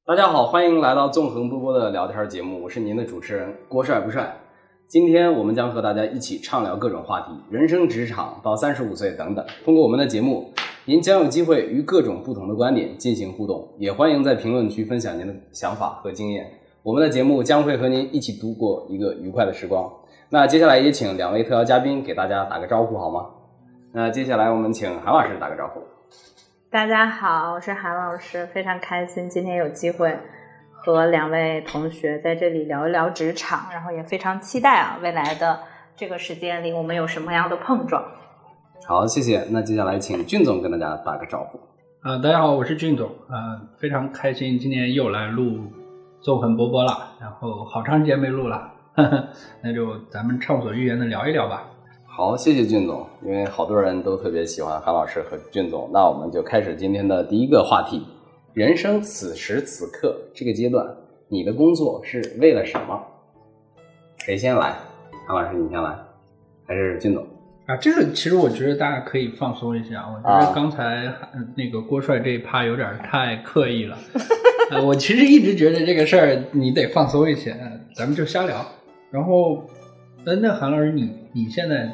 大家好，欢迎来到纵横波波的聊天节目，我是您的主持人郭帅不帅。今天我们将和大家一起畅聊各种话题，人生、职场到35岁等等。通过我们的节目，您将有机会与各种不同的观点进行互动，也欢迎在评论区分享您的想法和经验。我们的节目将会和您一起度过一个愉快的时光。那接下来也请两位特邀嘉宾给大家打个招呼好吗？那接下来我们请韩老师打个招呼。 大家好，我是韩老师，非常开心今天有机会和两位同学在这里聊一聊职场，然后也非常期待未来的这个时间里我们有什么样的碰撞。 好，谢谢。那接下来请俊总跟大家打个招呼。 大家好，我是俊总，非常开心今天又来录纵横波波了，然后好长时间没录了，那就咱们畅所欲言的聊一聊吧。 好，谢谢俊总，因为好多人都特别喜欢韩老师和俊总，那我们就开始今天的第一个话题。人生此时此刻这个阶段，你的工作是为了什么？谁先来？韩老师你先来，还是俊总？ 这个其实我觉得大家可以放松一下，我觉得刚才那个郭帅这一趴有点太刻意了。我其实一直觉得这个事儿你得放松一些，咱们就瞎聊。然后那韩老师你现在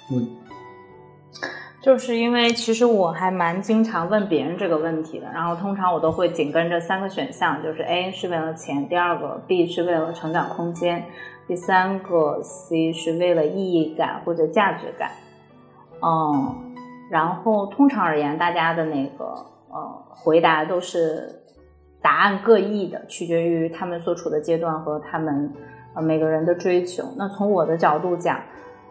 就是因为其实我还蛮经常问别人这个问题的，然后通常我都会紧跟着3个选项，就是 A 是为了钱，第2个 B 是为了成长空间，第3个 C 是为了意义感或者价值感。然后通常而言大家的那个回答都是答案各异的，取决于他们所处的阶段和他们每个人的追求。那从我的角度讲，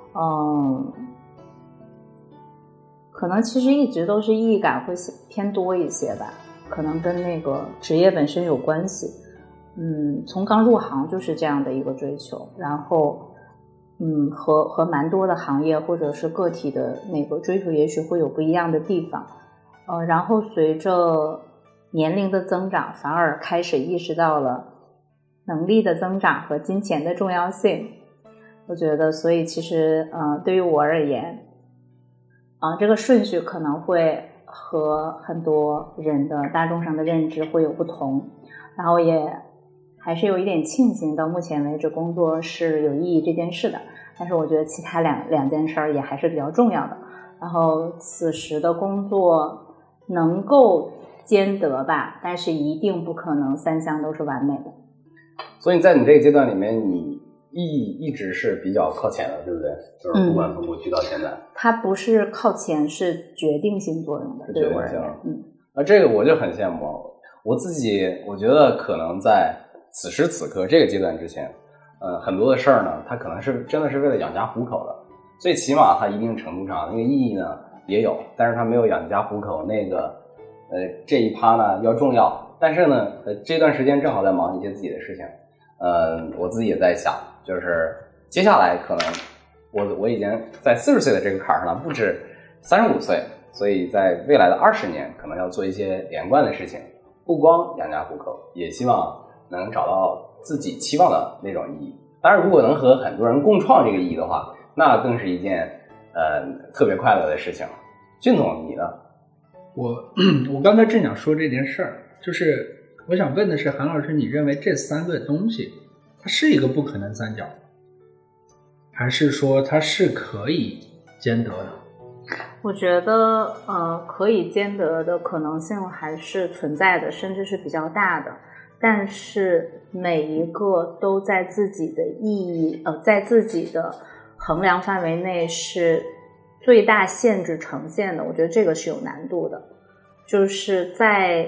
可能其实一直都是意义感会偏多一些吧，可能跟那个职业本身有关系。从刚入行就是这样的一个追求，然后和蛮多的行业或者是个体的那个追求也许会有不一样的地方。然后随着年龄的增长，反而开始意识到了能力的增长和金钱的重要性。我觉得所以其实对于我而言这个顺序可能会和很多人的大众上的认知会有不同，然后也还是有一点庆幸到目前为止工作是有意义这件事的，但是我觉得其他两件事也还是比较重要的。然后此时的工作能够兼得吧，但是一定不可能3项都是完美的。 所以在你这个阶段里面，你一直是比较靠前的，对不对？就是不管从过去到现在， 它不是靠前，是决定性作用的，对我而言。 这个我就很羡慕我自己。我觉得可能在此时此刻这个阶段之前，很多的事儿呢，它可能是真的是为了养家糊口的，所以起码它一定程度上那个意义呢也有，但是它没有养家糊口那个这一趴呢要重要。但是呢这段时间正好在忙一些自己的事情，我自己也在想，就是接下来可能我已经在40岁的这个坎上了，不止35岁，所以在未来的20年可能要做一些连贯的事情，不光养家糊口，也希望能找到自己期望的那种意义。当然如果能和很多人共创这个意义的话，那更是一件特别快乐的事情。俊总你呢？ 我刚才正想说这件事儿，就是我想问的是韩老师，你认为这3个东西它是一个不可能三角，还是说它是可以兼得的？ 我觉得可以兼得的可能性还是存在的，甚至是比较大的，但是每一个都在自己的意义在自己的衡量范围内是最大限制呈现的。我觉得这个是有难度的，就是在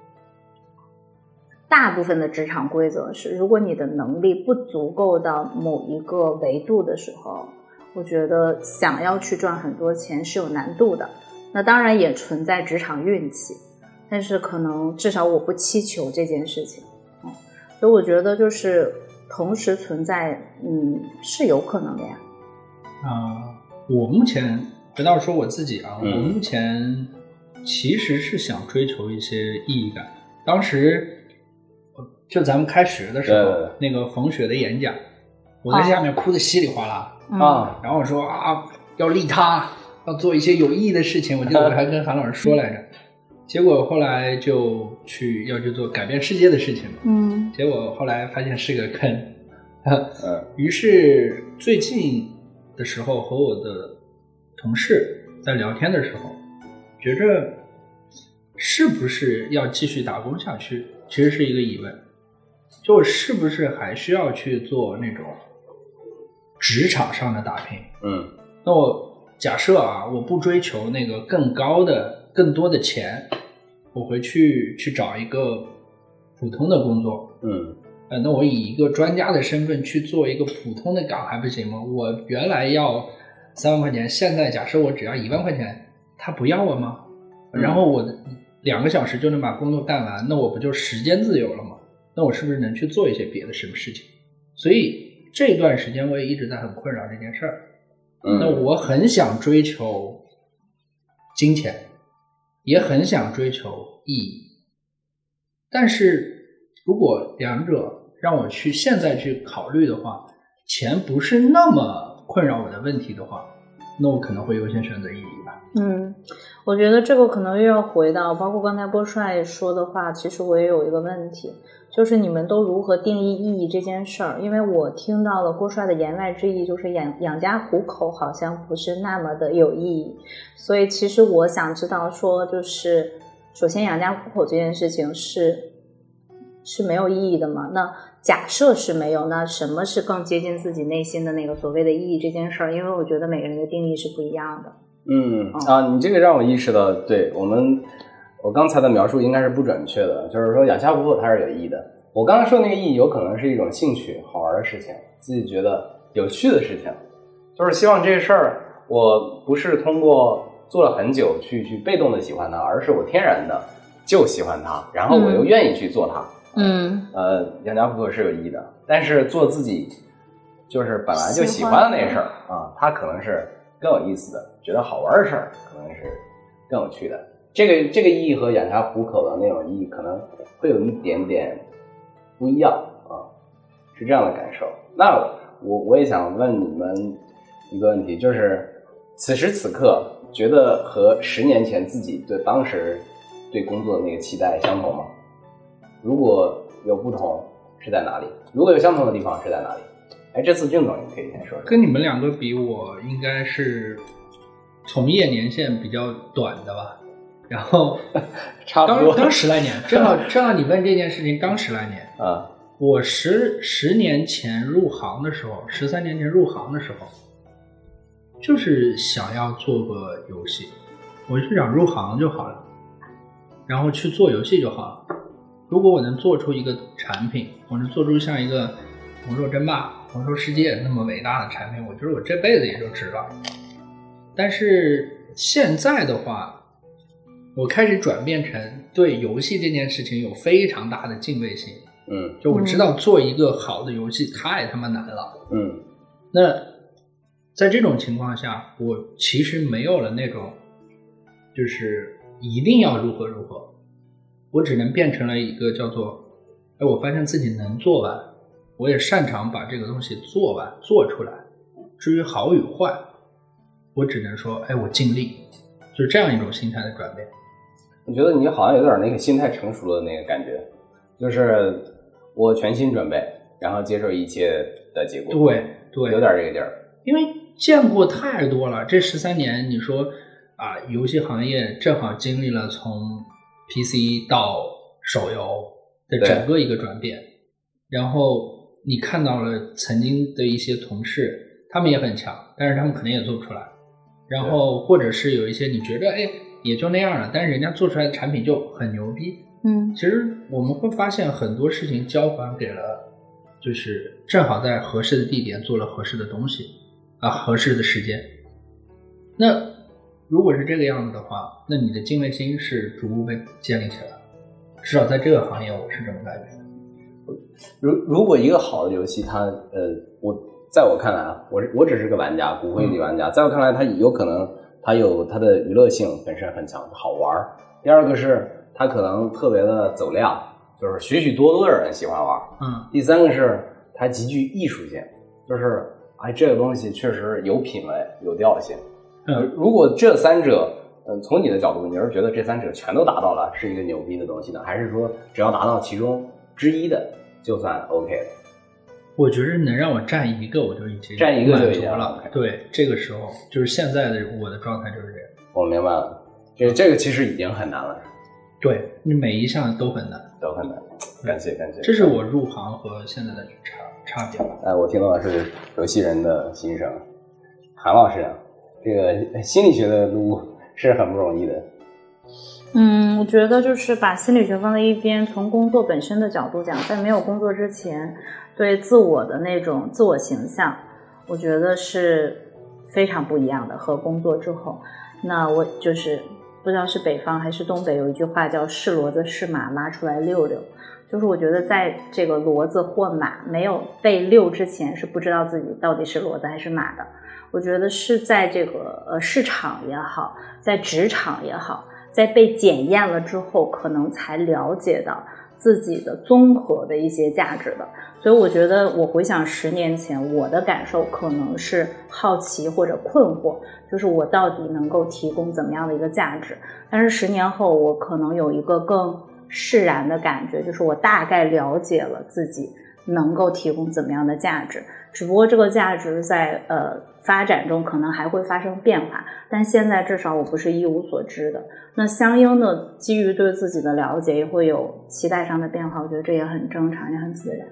大部分的职场规则是，如果你的能力不足够到某一个维度的时候，我觉得想要去赚很多钱是有难度的。那当然也存在职场运气，但是可能至少我不期求这件事情。所以我觉得就是同时存在是有可能的呀。 我目前不要说我自己我目前其实是想追求一些意义感。当时就咱们开学的时候那个冯雪的演讲，我在下面哭得稀里哗啦然后我说要利他，要做一些有意义的事情。我记得我还跟韩老师说来着结果后来就要去做改变世界的事情嘛，结果后来发现是个坑，于是最近的时候和我的同事在聊天的时候，觉着是不是要继续打工下去，其实是一个疑问，就是不是还需要去做那种职场上的打拼。那我假设啊，我不追求那个更多的钱，我回去找一个普通的工作。那我以一个专家的身份去做一个普通的岗还不行吗？我原来要3万块钱，现在假设我只要1万块钱，他不要我吗？然后我2个小时就能把工作干完，那我不就时间自由了吗？那我是不是能去做一些别的什么事情？所以这段时间我也一直在很困扰这件事儿。那我很想追求金钱，也很想追求意义，但是如果两者让我现在去考虑的话，钱不是那么困扰我的问题的话，那我可能会优先选择意义吧。 我觉得这个可能又要回到包括刚才郭帅说的话，其实我也有一个问题，就是你们都如何定义意义这件事儿。因为我听到了郭帅的言外之意，就是养家糊口好像不是那么的有意义，所以其实我想知道说，就是首先养家糊口这件事情是没有意义的吗？那假设是没有，那什么是更接近自己内心的那个所谓的意义这件事儿？因为我觉得每个人的定义是不一样的。 你这个让我意识到，对我刚才的描述应该是不准确的，就是说养家糊口它是有意义的。我刚才说的那个意义有可能是一种兴趣，好玩的事情，自己觉得有趣的事情，就是希望这事儿我不是通过做了很久去被动的喜欢它，而是我天然的就喜欢它，然后我又愿意去做它。养家糊口是有意义的，但是做自己就是本来就喜欢的那事儿它可能是更有意思的，觉得好玩的事儿可能是更有趣的。这个意义和养家糊口的那种意义可能会有一点点不一样是这样的感受。那我也想问你们一个问题，就是此时此刻觉得和10年前自己对当时对工作的那个期待相同吗？如果有不同是在哪里？如果有相同的地方是在哪里？这次俊总你可以先说说。 跟你们两个比，我应该是从业年限比较短的吧，然后差不多刚10来年，正好你问这件事情刚10来年我10年前入行的时候，13年前入行的时候，就是想要做个游戏，我就想入行就好了，然后去做游戏就好了。如果我能做出一个产品，我能做出像一个魔兽争霸、魔兽世界那么伟大的产品，我觉得我这辈子也就值了。但是现在的话，我开始转变成对游戏这件事情有非常大的敬畏心。就我知道做一个好的游戏太他妈难了。那在这种情况下，我其实没有了那种就是一定要如何如何，我只能变成了一个叫做我发现自己能做完，我也擅长把这个东西做完做出来，至于好与坏我只能说我尽力，就是这样一种心态的转变。 我觉得你好像有点那个心态成熟的那个感觉，就是我全心准备，然后接受一切的结果。 对， 有点这个劲儿。因为见过太多了，这13年你说游戏行业正好经历了从 PC 到手游的整个一个转变，然后你看到了曾经的一些同事，他们也很强，但是他们可能也做不出来，然后或者是有一些你觉得也就那样了，但是人家做出来的产品就很牛逼。其实我们会发现很多事情交还给了就是正好在合适的地点做了合适的东西合适的时间。那如果是这个样子的话，那你的敬畏心是逐步被建立起来，至少在这个行业我是这么感觉的。 如果一个好的游戏它在我看来我只是个玩家，骨灰级玩家，在我看来它有可能它有它的娱乐性本身很强，好玩。第二个是它可能特别的走量，就是许许多多的人喜欢玩。第三个是它极具艺术性，就是这个东西确实有品味有调性。如果这三者从你的角度，你是觉得这三者全都达到了是一个牛逼的东西呢，还是说只要达到其中之一的就算 OK 的？ 我觉得能让我占一个，我就已经占一个就已经了。对，这个时候就是现在的我的状态就是这样。 我明白了，这个其实已经很难了。 对，你每一项都很难， 都很难。感谢。 这是我入行和现在的差别吧。 我听到的是游戏人的心声。韩老师啊，这个心理学的路是很不容易的。 我觉得就是把心理学放在一边，从工作本身的角度讲，在没有工作之前，对自我的那种自我形象，我觉得是非常不一样的，和工作之后。那我就是不知道是北方还是东北，有一句话叫是骡子是马拉出来溜溜，就是我觉得在这个骡子或马没有被溜之前，是不知道自己到底是骡子还是马的。我觉得是在这个市场也好，在职场也好，在被检验了之后，可能才了解到自己的综合的一些价值的。所以我觉得我回想10年前，我的感受可能是好奇或者困惑，就是我到底能够提供怎么样的一个价值。但是10年后，我可能有一个更释然的感觉，就是我大概了解了自己能够提供怎么样的价值，只不过这个价值在发展中可能还会发生变化，但现在至少我不是一无所知的。那相应的基于对自己的了解，也会有期待上的变化，我觉得这也很正常，也很自然。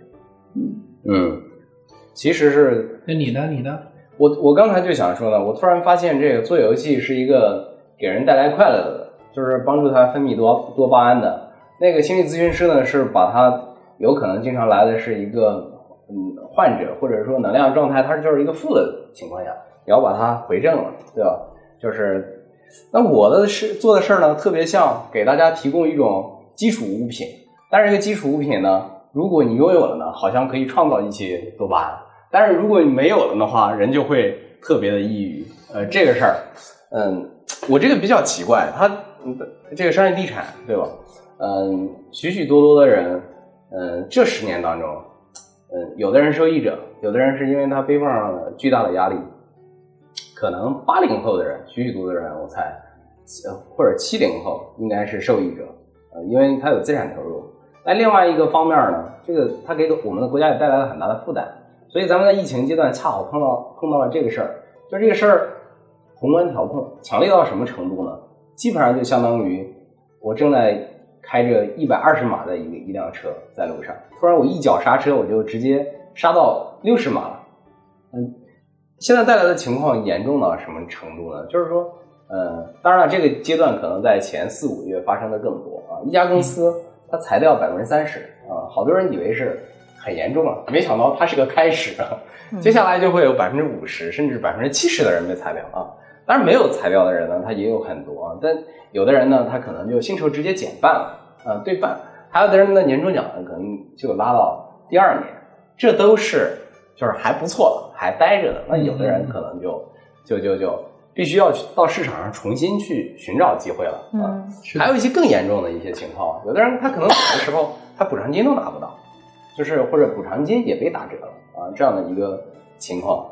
其实是那你呢？ 我刚才就想说呢，我突然发现这个做游戏是一个给人带来快乐的，就是帮助他分泌多巴胺的。那个心理咨询师呢，是把他有可能经常来的是一个患者，或者说能量状态，它就是一个负的情况下，也要把它回正了，对吧？就是那我的做的事儿呢，特别像给大家提供一种基础物品，但是这个基础物品呢，如果你拥有了呢，好像可以创造一些多巴胺，但是如果你没有了的话，人就会特别的抑郁。这个事儿，我这个比较奇怪，它这个商业地产，对吧？许许多多的人，这10年当中，有的人受益者，有的人是因为他背负上了巨大的压力，可能80后的人，许许多多的人，我猜，或者70后应该是受益者，因为他有资产投入。但另外一个方面呢，这个他给我们的国家也带来了很大的负担，所以咱们在疫情阶段恰好碰到了这个事儿，就这个事儿宏观调控强烈到什么程度呢？基本上就相当于我正在开着120码的一辆车在路上，突然我一脚刹车，我就直接刹到60码了。现在带来的情况严重到什么程度呢？就是说，当然了，这个阶段可能在前4、5月发生的更多啊。一家公司它裁掉30%啊，好多人以为是很严重了，没想到它是个开始啊。接下来就会有50%甚至70%的人被裁掉啊。当然没有裁掉的人呢，他也有很多啊，但有的人呢，他可能就薪酬直接减半了，对半，还有的人的年终奖呢，可能就拉到第2年，这都是就是还不错的，还待着的。那有的人可能就必须要到市场上重新去寻找机会了啊。还有一些更严重的一些情况，有的人他可能走的时候他补偿金都拿不到，就是或者补偿金也被打折了啊，这样的一个情况。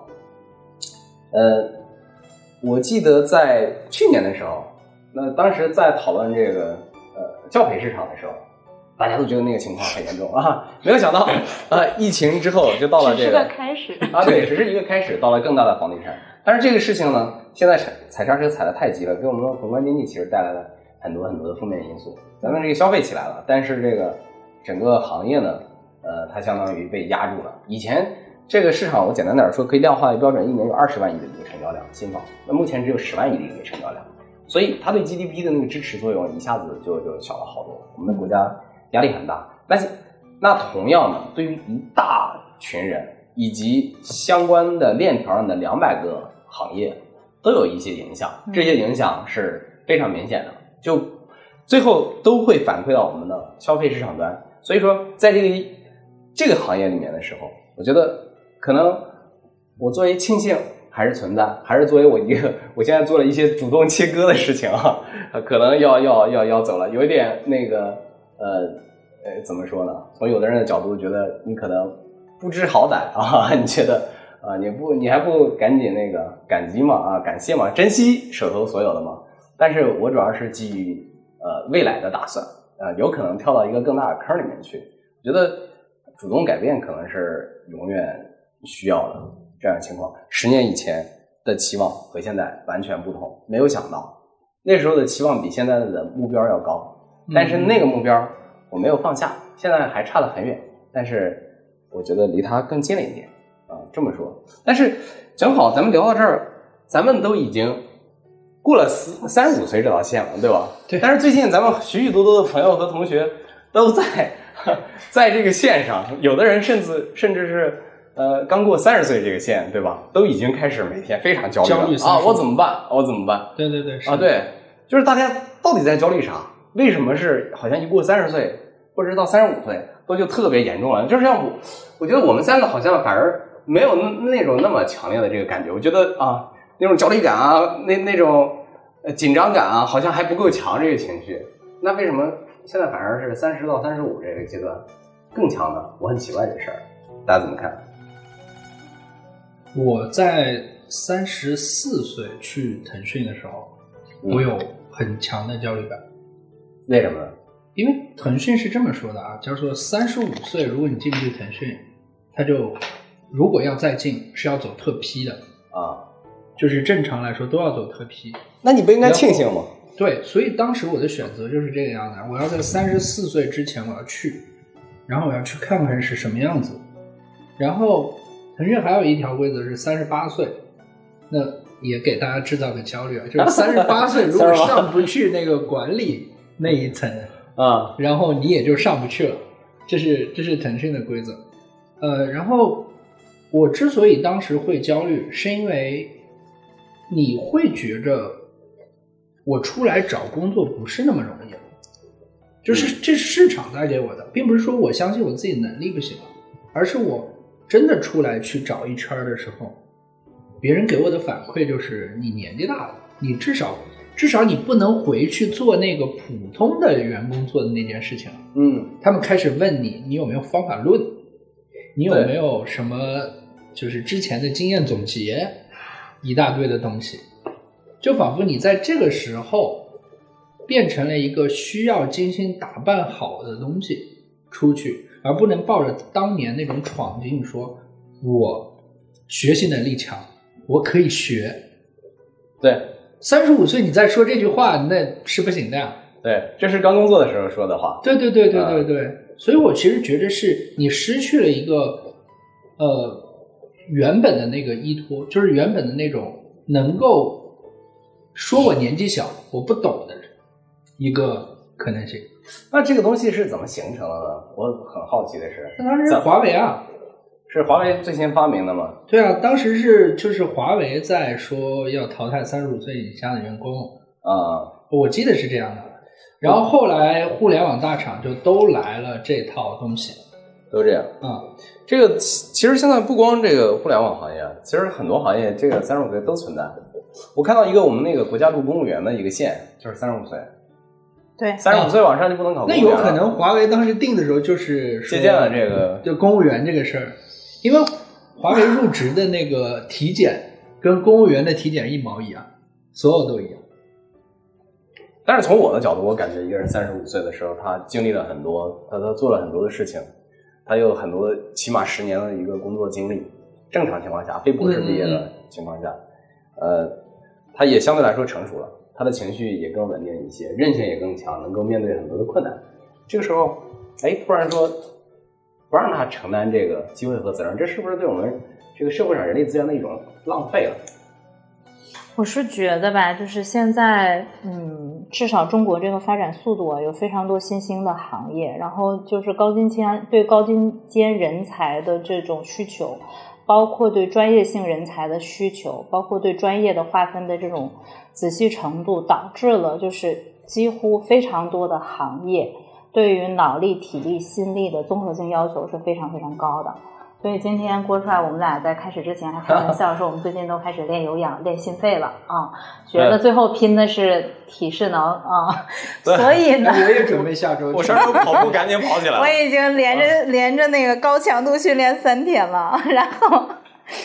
我记得在去年的时候，那当时在讨论这个教培市场的时候，大家都觉得那个情况很严重啊，没有想到疫情之后就到了这个， 只是个开始啊，对，只是一个开始，到了更大的房地产。但是这个事情呢，现在踩刹车踩得太急了，给我们的宏观经济其实带来了很多很多的负面因素。咱们这个消费起来了，但是这个整个行业呢，它相当于被压住了。以前这个市场我简单点说，可以量化的标准，一年有20万亿的一个成交量，新房，那目前只有10万亿的一个成交量，所以它对 GDP 的那个支持作用一下子就小了好多。我们的国家压力很大，那同样呢，对于一大群人以及相关的链条上的200个行业都有一些影响，这些影响是非常明显的，就最后都会反馈到我们的消费市场端。所以说在这个行业里面的时候，我觉得可能我作为庆幸还是存在，还是作为我现在做了一些主动切割的事情啊，可能要走了，有一点那个怎么说呢？从有的人的角度觉得你可能不知好歹啊，你觉得你还不赶紧那个感激嘛啊，感谢嘛，珍惜手头所有的嘛。 但是我主要是基于未来的打算，有可能跳到一个更大的坑里面去。我觉得主动改变可能是永远需要的这样的情况。10年以前的期望和现在完全不同，没有想到那时候的期望比现在的目标要高，但是那个目标我没有放下，现在还差得很远，但是我觉得离它更近了一点这么说。但是正好咱们聊到这儿，咱们都已经过了35岁这条线了，对吧？ 对。 但是最近咱们许许多多的朋友和同学都在这个线上，有的人甚至是刚过30岁这个线，对吧？都已经开始每天非常焦虑了啊！我怎么办？ 对对对啊，对，就是大家到底在焦虑啥？为什么是好像一过30岁或者是到35岁都就特别严重了？就是像我觉得我们3个好像反而没有那种那么强烈的这个感觉。我觉得啊，那种焦虑感啊，那种紧张感啊，好像还不够强这个情绪。那为什么现在反而是30到35这个阶段更强呢？我很奇怪这事儿，大家怎么看？ 我在34岁去腾讯的时候，我有很强的焦虑感。 为什么呢？ 因为腾讯是这么说的啊，叫做35岁如果你进不去腾讯，他就如果要再进是要走特批的啊， 就是正常来说都要走特批。 那你不应该庆幸吗？ 对，所以当时我的选择就是这个样的，我要在34岁之前我要去，然后我要去看看是什么样子。然后腾讯还有一条规则是38岁，那也给大家制造个焦虑啊，就是38岁如果上不去那个管理那一层啊， 然后你也就上不去了，这是腾讯的规则。然后我之所以当时会焦虑，是因为你会觉着我出来找工作不是那么容易了，就是这是市场带给我的，并不是说我相信我自己能力不行了，而是我真的出来去找一圈的时候，别人给我的反馈就是你年纪大了，你至少你不能回去做那个普通的员工做的那件事情了。他们开始问你有没有方法论，你有没有什么就是之前的经验总结，一大堆的东西，就仿佛你在这个时候变成了一个需要精心打扮好的东西出去，而不能抱着当年那种闯劲说我学习能力强，我可以学。 对 ，35岁你再说这句话那是不行的呀。 对，这是刚工作的时候说的话。 对，所以我其实觉得是你失去了一个原本的那个依托，就是原本的那种能够说我年纪小我不懂的一个可能性。 那这个东西是怎么形成的呢？我很好奇的是， 当时是华为啊， 是华为最先发明的吗？ 对啊，当时就是华为在说要淘汰35岁以下的员工啊， 我记得是这样的。然后后来互联网大厂就都来了这套东西， 都这样啊。这个其实现在不光这个互联网行业，其实很多行业这个35岁都存在。我看到一个我们那个国家录公务员的一个线，就是35岁。 对 ，35岁往上就不能考公务员了。 那有可能华为当时定的时候就是借鉴了这个就公务员这个事儿，因为华为入职的那个体检跟公务员的体检一毛一样，所有都一样。 但是从我的角度，我感觉一个人35岁的时候，他经历了很多，他做了很多的事情，他有很多起码10年的一个工作经历。正常情况下，非博士毕业的情况下，他也相对来说成熟了，他的情绪也更稳定一些，韧性也更强，能够面对很多的困难。这个时候，突然说不让他承担这个机会和责任，这是不是对我们这个社会上人力资源的一种浪费了？ 我是觉得吧，就是现在，至少中国这个发展速度啊，有非常多新兴的行业，然后就是对高精尖人才的这种需求，包括对专业性人才的需求，包括对专业的划分的这种仔细程度，导致了就是几乎非常多的行业对于脑力、体力、心力的综合性要求是非常非常高的。所以今天郭帅我们俩在开始之前还开玩笑说我们最近都开始练有氧练心肺了啊，觉得最后拼的是体适能啊，所以呢我也准备下周我上周跑步赶紧跑起来了， 我已经连着那个高强度训练3天了，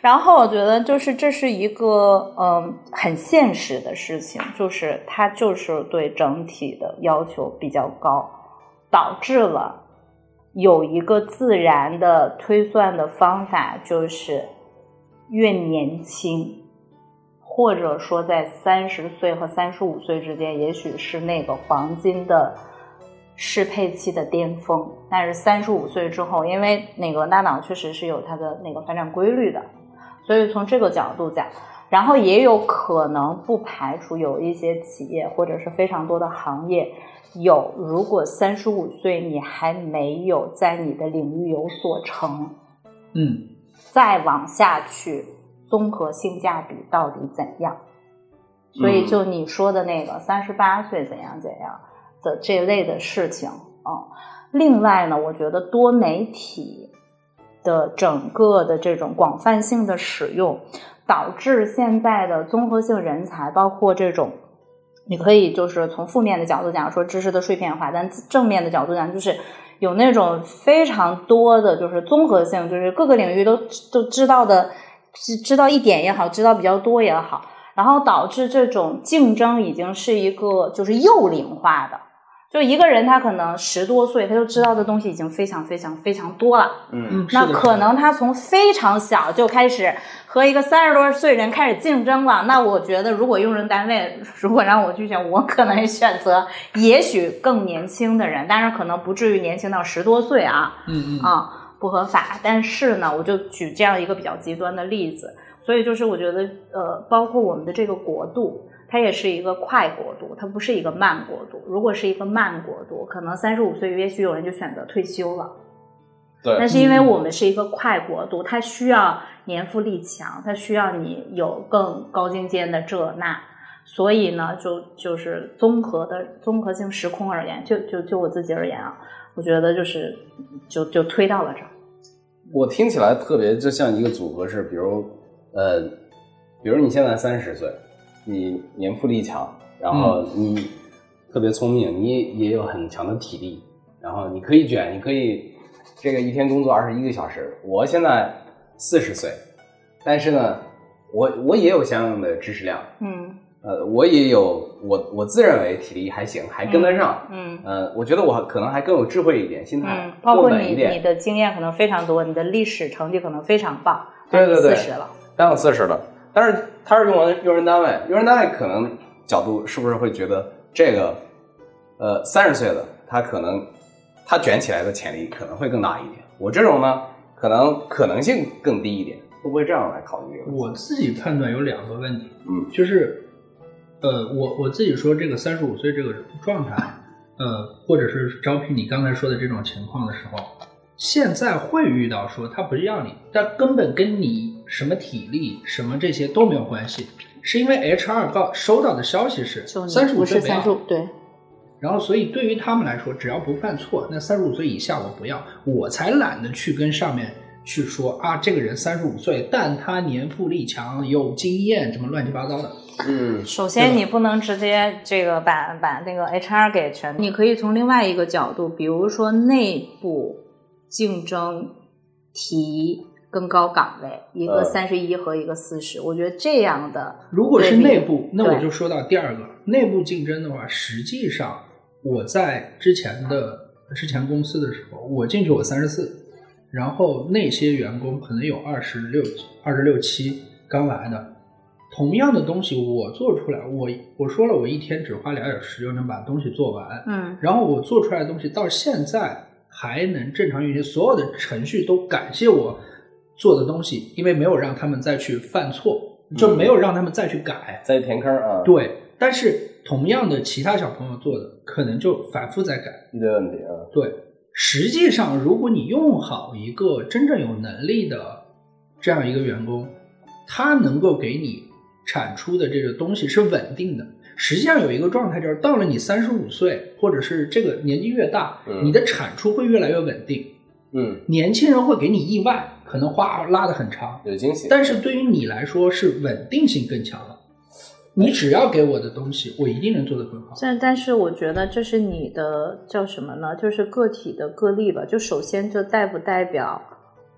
然后我觉得就是这是一个很现实的事情，就是它就是对整体的要求比较高，导致了有一个自然的推算的方法，就是越年轻，或者说在30岁和35岁之间，也许是那个黄金的适配期的巅峰，但是35岁之后，因为那个大脑确实是有它的那个发展规律的，所以从这个角度讲，然后也有可能不排除有一些企业或者是非常多的行业有，如果35岁你还没有在你的领域有所成，再往下去综合性价比到底怎样，所以就你说的那个38岁怎样的这类的事情另外呢，我觉得多媒体的整个的这种广泛性的使用，导致现在的综合性人才，包括这种你可以就是从负面的角度讲说知识的碎片化，但正面的角度讲就是有那种非常多的就是综合性，就是各个领域都知道的，知道一点也好，知道比较多也好，然后导致这种竞争已经是一个就是幼龄化的，就一个人他可能10多岁他就知道的东西已经非常非常非常多了，那可能他从非常小就开始和一个30多岁人开始竞争了，那我觉得如果用人单位如果让我去选，我可能选择也许更年轻的人，但是可能不至于年轻到10多岁不合法，但是呢我就举这样一个比较极端的例子，所以就是我觉得包括我们的这个国度它也是一个快国度，它不是一个慢国度，如果是一个慢国度，可能35岁也许有人就选择退休了， 对， 但是因为我们是一个快国度，它需要年富力强，它需要你有更高精尖的这那，所以呢就是综合性时空而言，就我自己而言我觉得就推到了这儿。 我听起来特别就像一个组合是，比如你现在30岁，你年富力强，然后你特别聪明，你也有很强的体力，然后你可以卷，你可以这个一天工作21个小时。我现在40岁，但是呢我也有相应的知识量，我也有我自认为体力还行，还跟得上，我觉得我可能还更有智慧一点，心态包括稳一点， 你的经验可能非常多，你的历史成绩可能非常棒， 对对对 40了， 但我40了，但是他是用人单位可能角度是不是会觉得这个30岁的他可能他卷起来的潜力可能会更大一点，我这种呢可能性更低一点，会不会这样来考虑？ 我自己判断有2个问题，就是我自己说这个35岁这个状态，或者是招聘你刚才说的这种情况的时候，现在会遇到说他不要你，但根本跟你什么体力什么这些都没有关系，是因为 HR 收到的消息是35岁不要， 对。 然后所以对于他们来说，只要不犯错，那35岁以下我不要，我才懒得去跟上面去说这个人35岁，但他年富力强，有经验，什么乱七八糟的。 首先你不能直接这个把那个 HR 给全，你可以从另外一个角度，比如说内部竞争提更高岗位，一个31和一个40，我觉得这样的。 如果是内部，那我就说到第二个，内部竞争的话，实际上我在之前公司的时候，我进去我34，然后那些员工可能有26、7刚来的，同样的东西我做出来，我说了我一天只花2小时就能把东西做完，然后我做出来的东西到现在还能正常运行，所有的程序都感谢我做的东西，因为没有让他们再去犯错，就没有让他们再去改， 再填坑对，但是同样的其他小朋友做的可能就反复在改一堆问题对，实际上如果你用好一个真正有能力的这样一个员工，他能够给你产出的这个东西是稳定的。实际上有一个状态就是到了你35岁或者是这个年纪越大，你的产出会越来越稳定。年轻人会给你意外，可能拉得很长， 有惊喜， 但是对于你来说是稳定性更强了。你只要给我的东西，我一定能做得更好。 但是我觉得这是你的叫什么呢？就是个体的个例吧。就首先就代不代表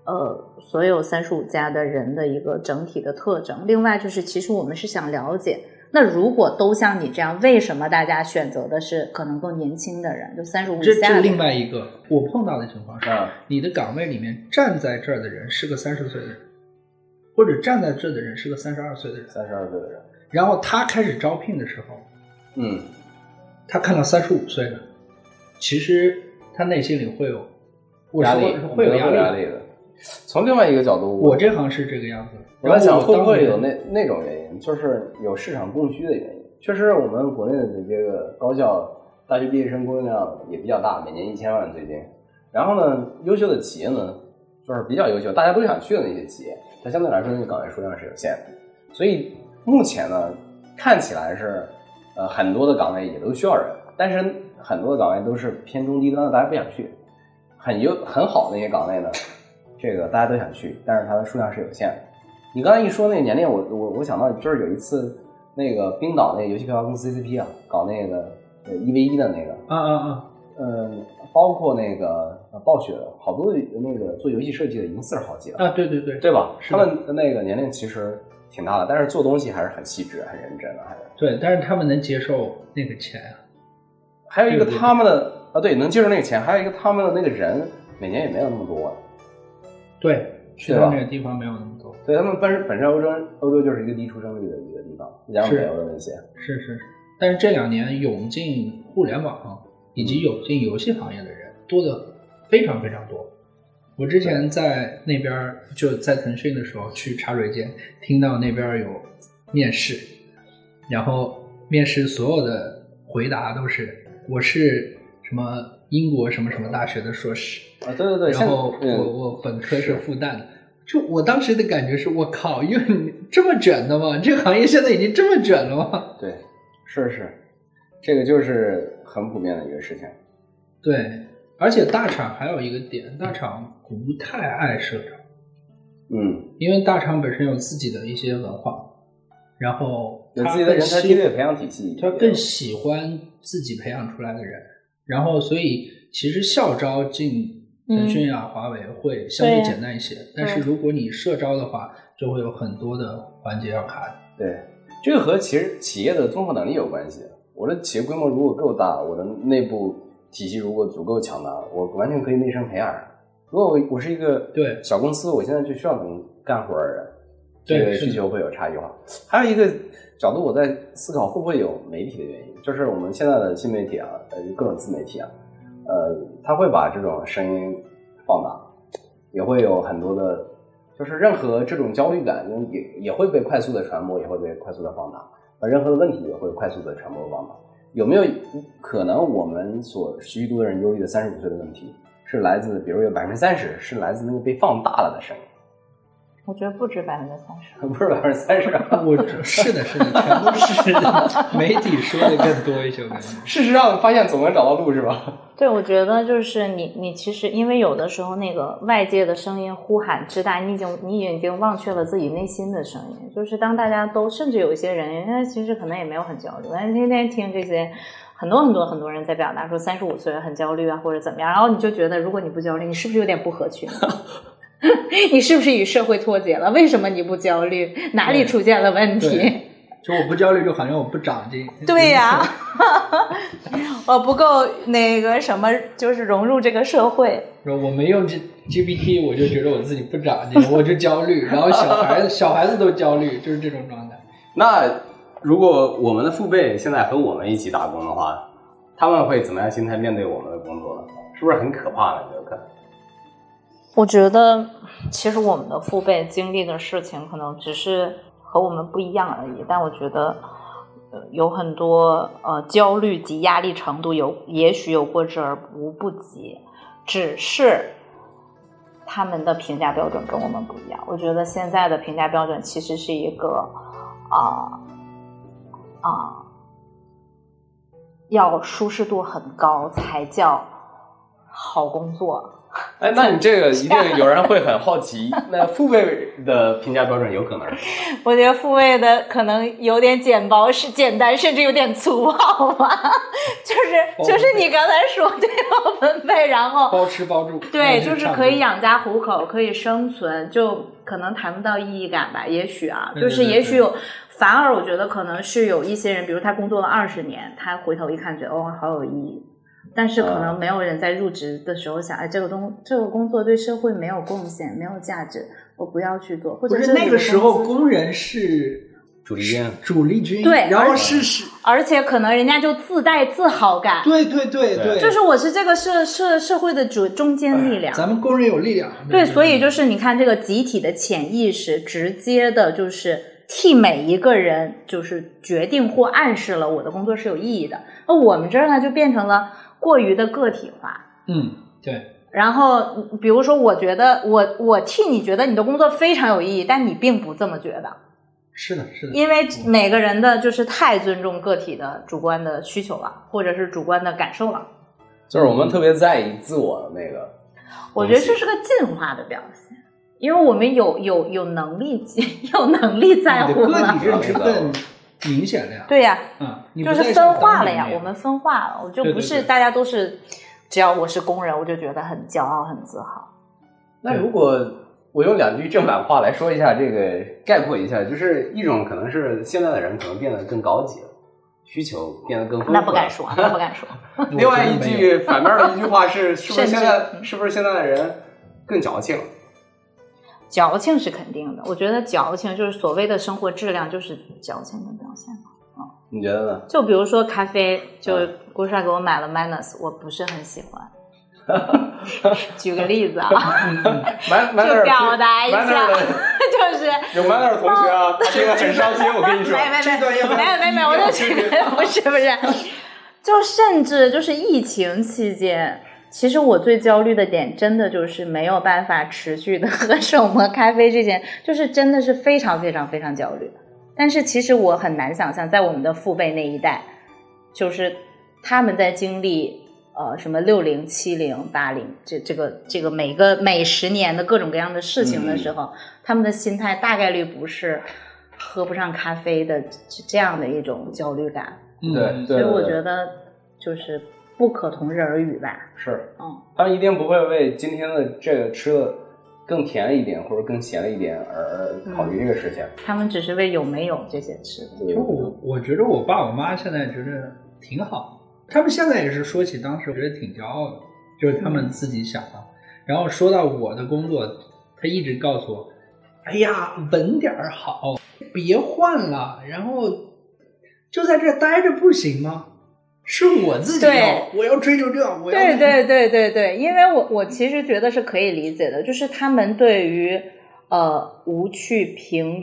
所有35家的人的一个整体的特征。另外就是其实我们是想了解，那如果都像你这样，为什么大家选择的是可能更年轻的人，就35以下的？ 这另外一个我碰到的情况是，你的岗位里面站在这儿的人是个30岁的人，或者站在这的人是个32岁的人 ，32岁的人， 然后他开始招聘的时候，他看到35岁的，其实他内心里会有压力， 会有压力的。从另外一个角度， 我这行是这个样子。 我在想会不会有那种原因，就是有市场供需的原因。确实，我们国内的这个高校大学毕业生供应量也比较大，每年1000万最近。然后呢，优秀的企业呢，就是比较优秀，大家都想去的那些企业，它相对来说那个岗位数量是有限的。所以目前呢，看起来是很多的岗位也都需要人，但是很多的岗位都是偏中低端的，大家不想去。很好的那些岗位呢，这个大家都想去，但是它的数量是有限的。你刚才一说那个年龄，我想到就是有一次那个冰岛那个游戏开发公司 CCP 啊，搞那个1v1的那个包括那个暴雪的好多那个做游戏设计的已经40好几了对对吧？他们的那个年龄其实挺大的，但是做东西还是很细致很认真的，还是对，但是他们能接受那个钱啊。 还有一个他们的对能接受那个钱，还有一个他们的那个人每年也没有那么多。 对，去到那个地方没有那么多。 对，他们本身欧洲就是一个低出生率的一个地方，加上北欧的那些。 是，但是这2年涌进互联网以及涌进游戏行业的人多的非常非常多。我之前在那边就在腾讯的时候去茶水间，听到那边有面试，然后面试所有的回答都是我是什么英国什么什么大学的硕士对， 然后我本科是复旦的。就我当时的感觉是，我靠，因为你这么卷的吗？这个行业现在已经这么卷了吗？ 对，是，这个就是很普遍的一个事情。 对，而且大厂还有一个点，大厂不太爱社招。因为大厂本身有自己的一些文化，然后有自己的人才梯队培养体系， 他更喜欢自己培养出来的人，然后所以其实校招进腾讯啊、华为会相对简单一些，但是如果你社招的话，就会有很多的环节要卡。 对，这个和其实企业的综合能力有关系。我的企业规模如果够大，我的内部体系如果足够强大，我完全可以内生培养人。如果我是一个小公司，我现在就需要能干活的人，这个需求会有差异化。还有一个角度，我在思考会不会有媒体的原因，就是我们现在的新媒体啊，各种自媒体啊，它会把这种声音放大，也会有很多的，就是任何这种焦虑感也会被快速的传播，也会被快速的放大，任何的问题也会快速的传播放大。有没有可能我们所许多人忧虑的35岁的问题，是来自比如有30%是来自那个被放大了的声音？ 我觉得不止30%， 不是30%， 我是的，全都是媒体说的更多一些。我感觉事实上发现总能找到路，是吧？ 对，我觉得就是你其实因为有的时候那个外界的声音呼喊之大，你已经忘却了自己内心的声音。就是当大家都甚至有一些人，因为其实可能也没有很焦虑，但是天天听这些很多人在表达说35岁很焦虑啊或者怎么样，然后你就觉得如果你不焦虑，你是不是有点不合群？你是不是与社会脱节了？为什么你不焦虑？哪里出现了问题？ 就我不焦虑，就好像我不长进。 对呀，我不够那个什么，就是融入这个社会。 我没用 GPT， 我就觉得我自己不长进，我就焦虑。然后小孩子都焦虑，就是这种状态。 那如果我们的父辈现在和我们一起打工的话，他们会怎么样心态面对我们的工作呢？是不是很可怕呢？这个可能。 我觉得其实我们的父辈经历的事情可能只是和我们不一样而已，但我觉得有很多焦虑及压力程度也许有过之而无不及，只是他们的评价标准跟我们不一样。我觉得现在的评价标准其实是一个要舒适度很高才叫好工作， 哎，那你这个一定有人会很好奇，那付费的评价标准有可能是？ 我觉得付费的可能有点简单，甚至有点粗暴吧。就是你刚才说这个分配，然后包吃包住， 对，就是可以养家糊口，可以生存，就可能谈不到意义感吧。也许啊，就是也许有，反而我觉得可能是有一些人，比如他工作了20年，他回头一看觉得哦好有意义。但是可能没有人在入职的时候想，哎，这个工作对社会没有贡献，没有价值，我不要去做。或者是那个时候工人是主力军， 对， 然后是， 而且可能人家就自带自豪感， 对， 就是我是这个社会的中坚力量， 咱们工人有力量， 对，所以就是你看这个集体的潜意识，直接的就是替每一个人就是决定或暗示了我的工作是有意义的。那我们这儿呢就变成了过于的个体化， 对。 然后比如说我觉得我替你觉得你的工作非常有意义，但你并不这么觉得。 是的， 因为每个人的就是太尊重个体的主观的需求了，或者是主观的感受了， 就是我们特别在意自我的那个。 我觉得这是个进化的表现，因为我们有能力在乎了， 个体认知更明显了呀。 对呀， 就是分化了呀，我们分化了，我就不是大家都是，只要我是工人，我就觉得很骄傲很自豪。 那如果我用2句正版话来说一下，这个概括一下，就是一种可能是现在的人可能变得更高级了，需求变得更丰富了。 那不敢说。 另外一句反面的一句话是不是现在的人更矫情？ 矫情是肯定的，我觉得矫情就是所谓的生活质量，就是矫情的表现嘛。 你觉得呢？ 就比如说咖啡，就郭帅给我买了 Minus， 我不是很喜欢。举个例子啊，就表达一下，就是有 Manner 同学啊，他这个很伤心，我跟你说， 没有，我就觉得不是，就甚至就是疫情期间，其实我最焦虑的点，真的就是没有办法持续的喝手磨咖啡这件，就是真的是非常非常非常焦虑。但是其实我很难想象，在我们的父辈那一代，就是他们在经历什么60、70、80这个每10年的各种各样的事情的时候，他们的心态大概率不是喝不上咖啡的这样的一种焦虑感。 对， 所以我觉得就是不可同日而语吧。 是，他们一定不会为今天的这个吃的更甜了一点或者更咸了一点而考虑这个事情。 他们只是为有没有这些吃的。 我觉得我爸我妈现在觉得挺好。他们现在也是说起当时我觉得挺骄傲的，就是他们自己想的。然后说到我的工作，他一直告诉我，哎呀，稳点好，别换了，然后就在这待着不行吗？是我自己我要追求这样， 对，因为我其实觉得是可以理解的，就是他们对于无趣平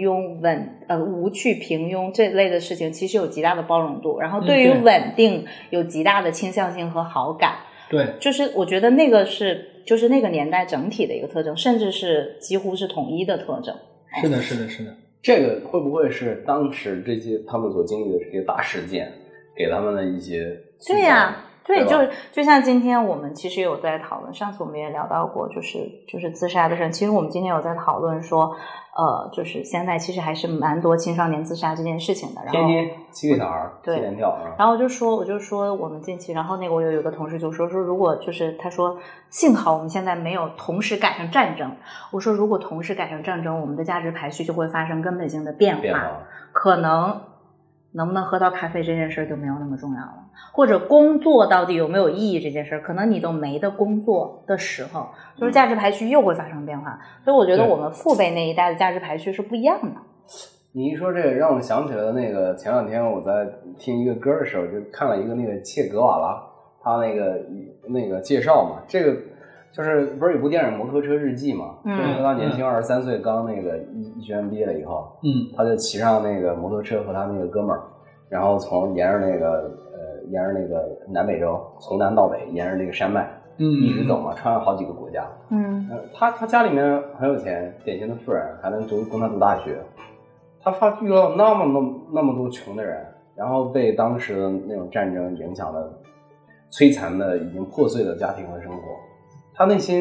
庸这类的事情其实有极大的包容度，然后对于稳定有极大的倾向性和好感。 对， 就是我觉得那个是就是那个年代整体的一个特征，甚至是几乎是统一的特征。 是的。 这个会不会是当时这些他们所经历的这些大事件给他们的一些？ 对呀。对，就像今天我们其实有在讨论，上次我们也聊到过，就是自杀的事。其实我们今天有在讨论说，就是现在其实还是蛮多青少年自杀这件事情的。然后天7个小孩对 7连跳。 然后我就说我们近期，然后那个我有一个同事就说如果就是他说幸好我们现在没有同时赶上战争。我说如果同时赶上战争，我们的价值排序就会发生根本性的变化，可能能不能喝到咖啡这件事就没有那么重要了，或者工作到底有没有意义这件事，可能你都没得工作的时候，就是价值排序又会发生变化。所以我觉得我们父辈那一代的价值排序是不一样的。 你一说这个让我想起了那个前2天我在听一个歌的时候，就看了一个那个切格瓦拉他那个介绍嘛，这个就是不是有部电影《摩托车日记》嘛？就是他年轻23岁，刚那个医学院毕业了以后，他就骑上那个摩托车和他那个哥们儿，然后沿着那个南美洲，从南到北，沿着那个山脉，一直走嘛，穿了好几个国家。他家里面很有钱，典型的富人，还能供他读大学。他遇到那么多穷的人，然后被当时的那种战争影响的摧残的已经破碎的家庭和生活，他内心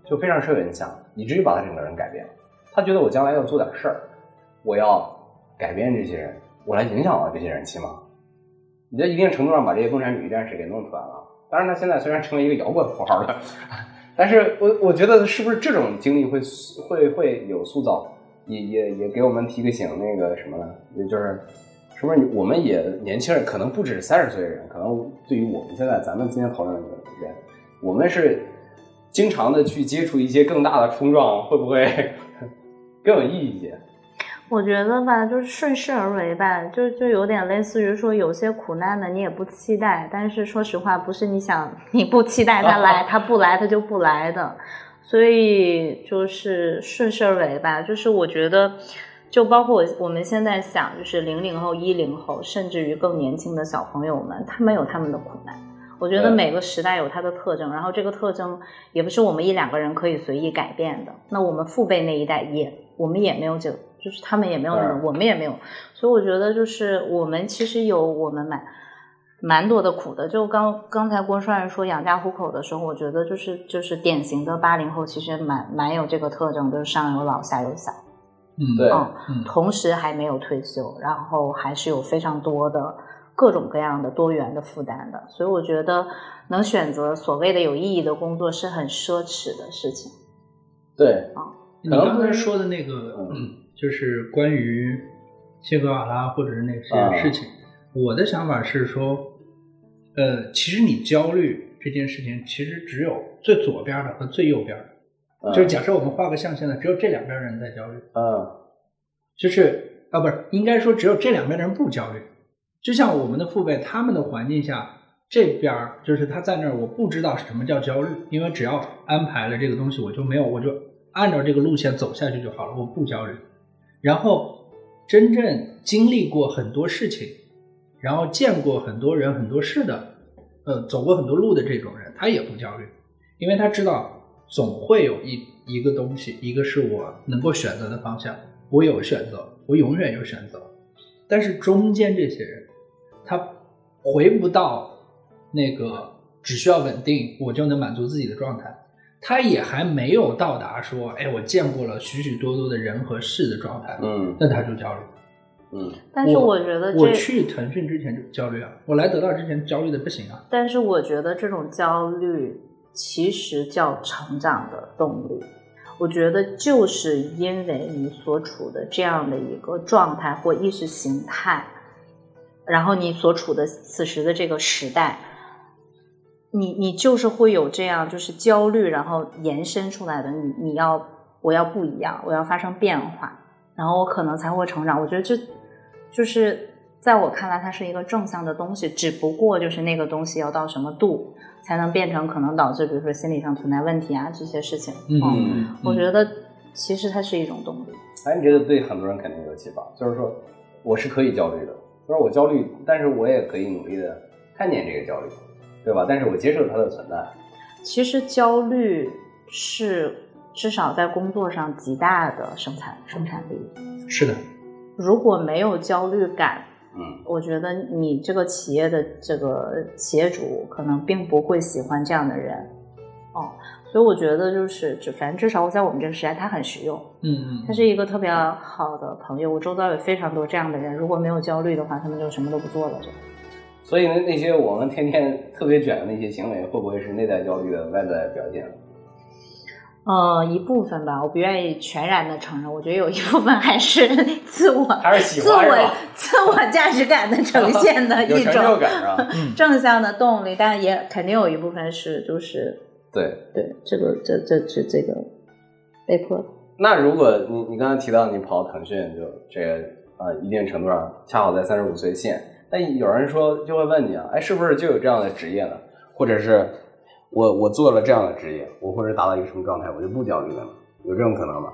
就非常受影响，以至于把他整个人改变了。他觉得我将来要做点事儿，我要改变这些人，我来影响到这些人，起码你在一定程度上把这些共产主义战士给弄出来了。当然他现在虽然成为一个摇滚符号了，但是我觉得是不是这种经历会有塑造，也给我们提个醒，那个什么呢？也就是是不是我们也年轻人，可能不止30岁的人，可能对于我们现在咱们今天讨论的人，我们是经常的去接触一些更大的冲撞，会不会更有意义一些？ 我觉得吧，就是顺势而为吧，就有点类似于说，有些苦难呢你也不期待，但是说实话，不是你不期待它来，它不来它就不来的，所以就是顺势而为吧。就是我觉得，就包括我们现在想，就是00后、10后，甚至于更年轻的小朋友们，他们有他们的苦难。我觉得每个时代有它的特征，然后这个特征也不是我们1-2个人可以随意改变的。那我们父辈那一代我们也没有就是他们也没有那么，我们也没有。所以我觉得就是我们其实有我们蛮多的苦的。就刚才郭帅说养家糊口的时候，我觉得就是典型的80后，其实蛮有这个特征，就是上有老下有小。 对， 同时还没有退休，然后还是有非常多的各种各样的多元的负担的，所以我觉得能选择所谓的有意义的工作是很奢侈的事情。 对， 你刚才说的那个，就是关于切格瓦拉或者是那些事情，我的想法是说，其实你焦虑这件事情，其实只有最左边的和最右边的，就是假设我们画个象限的，只有这两边人在焦虑，就是不是应该说只有这两边的人不焦虑。就像我们的父辈，他们的环境下，这边就是他在那儿，我不知道什么叫焦虑，因为只要安排了这个东西，我就按照这个路线走下去就好了，我不焦虑。然后真正经历过很多事情，然后见过很多人很多事的，走过很多路的这种人，他也不焦虑，因为他知道总会有一个东西，一个是我能够选择的方向，我有选择，我永远有选择。但是中间这些人，他回不到那个只需要稳定我就能满足自己的状态，他也还没有到达说我见过了许许多多的人和事的状态，那他就焦虑。 但是我觉得我去腾讯之前就焦虑啊，我来得到之前焦虑的不行啊。 但是我觉得这种焦虑其实叫成长的动力。我觉得就是因为你所处的这样的一个状态或意识形态，然后你所处的此时的这个时代，你就是会有这样就是焦虑，然后延伸出来的我要不一样，我要发生变化，然后我可能才会成长。我觉得这就是在我看来它是一个正向的东西，只不过就是那个东西要到什么度才能变成可能导致比如说心理上存在问题啊这些事情。我觉得其实它是一种动力。 你这个对很多人肯定有启发，就是说我是可以焦虑的，就是我焦虑，但是我也可以努力的看见这个焦虑，对吧？但是我接受它的存在。 其实焦虑是至少在工作上极大的生产力。是的，如果没有焦虑感，我觉得你这个企业的这个企业主可能并不会喜欢这样的人。所以我觉得反正至少在我们这个时代他很实用。他是一个特别好的朋友，我周遭有非常多这样的人，如果没有焦虑的话他们就什么都不做了。 所以那些我们天天特别卷的那些行为，会不会是内在焦虑的外在表现？ 一部分吧，我不愿意全然的承认，我觉得有一部分还是自我价值感的呈现的一种有成就感啊， 正向的动力，但也肯定有一部分是对这个被迫的。 那如果你刚才提到你跑腾讯，就这个一定程度上恰好在35岁线，但有人说就会问你是不是就有这样的职业呢？或者是我做了这样的职业，我或者达到一个什么状态，我就不焦虑了，有这种可能吗？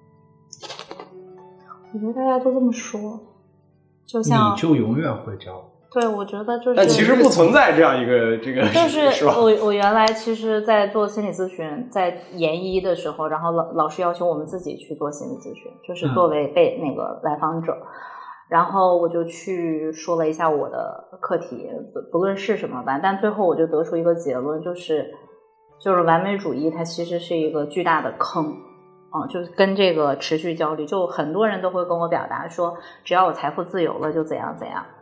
我觉得大家都这么说，就像你就永远会焦虑。 对，我觉得但其实不存在这样一个这个， 就是我原来其实在做心理咨询，在研一的时候，然后老师要求我们自己去做心理咨询，就是作为被那个来访者。然后我就去说了一下我的课题，不论是什么吧，但最后我就得出一个结论，就是就是完美主义它其实是一个巨大的坑就是跟这个持续焦虑，就很多人都会跟我表达说，只要我财富自由了就怎样怎样。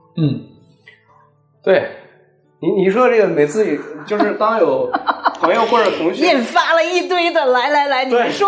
对，你说这个每次就是当有朋友或者同学引发了一堆的来，你们说。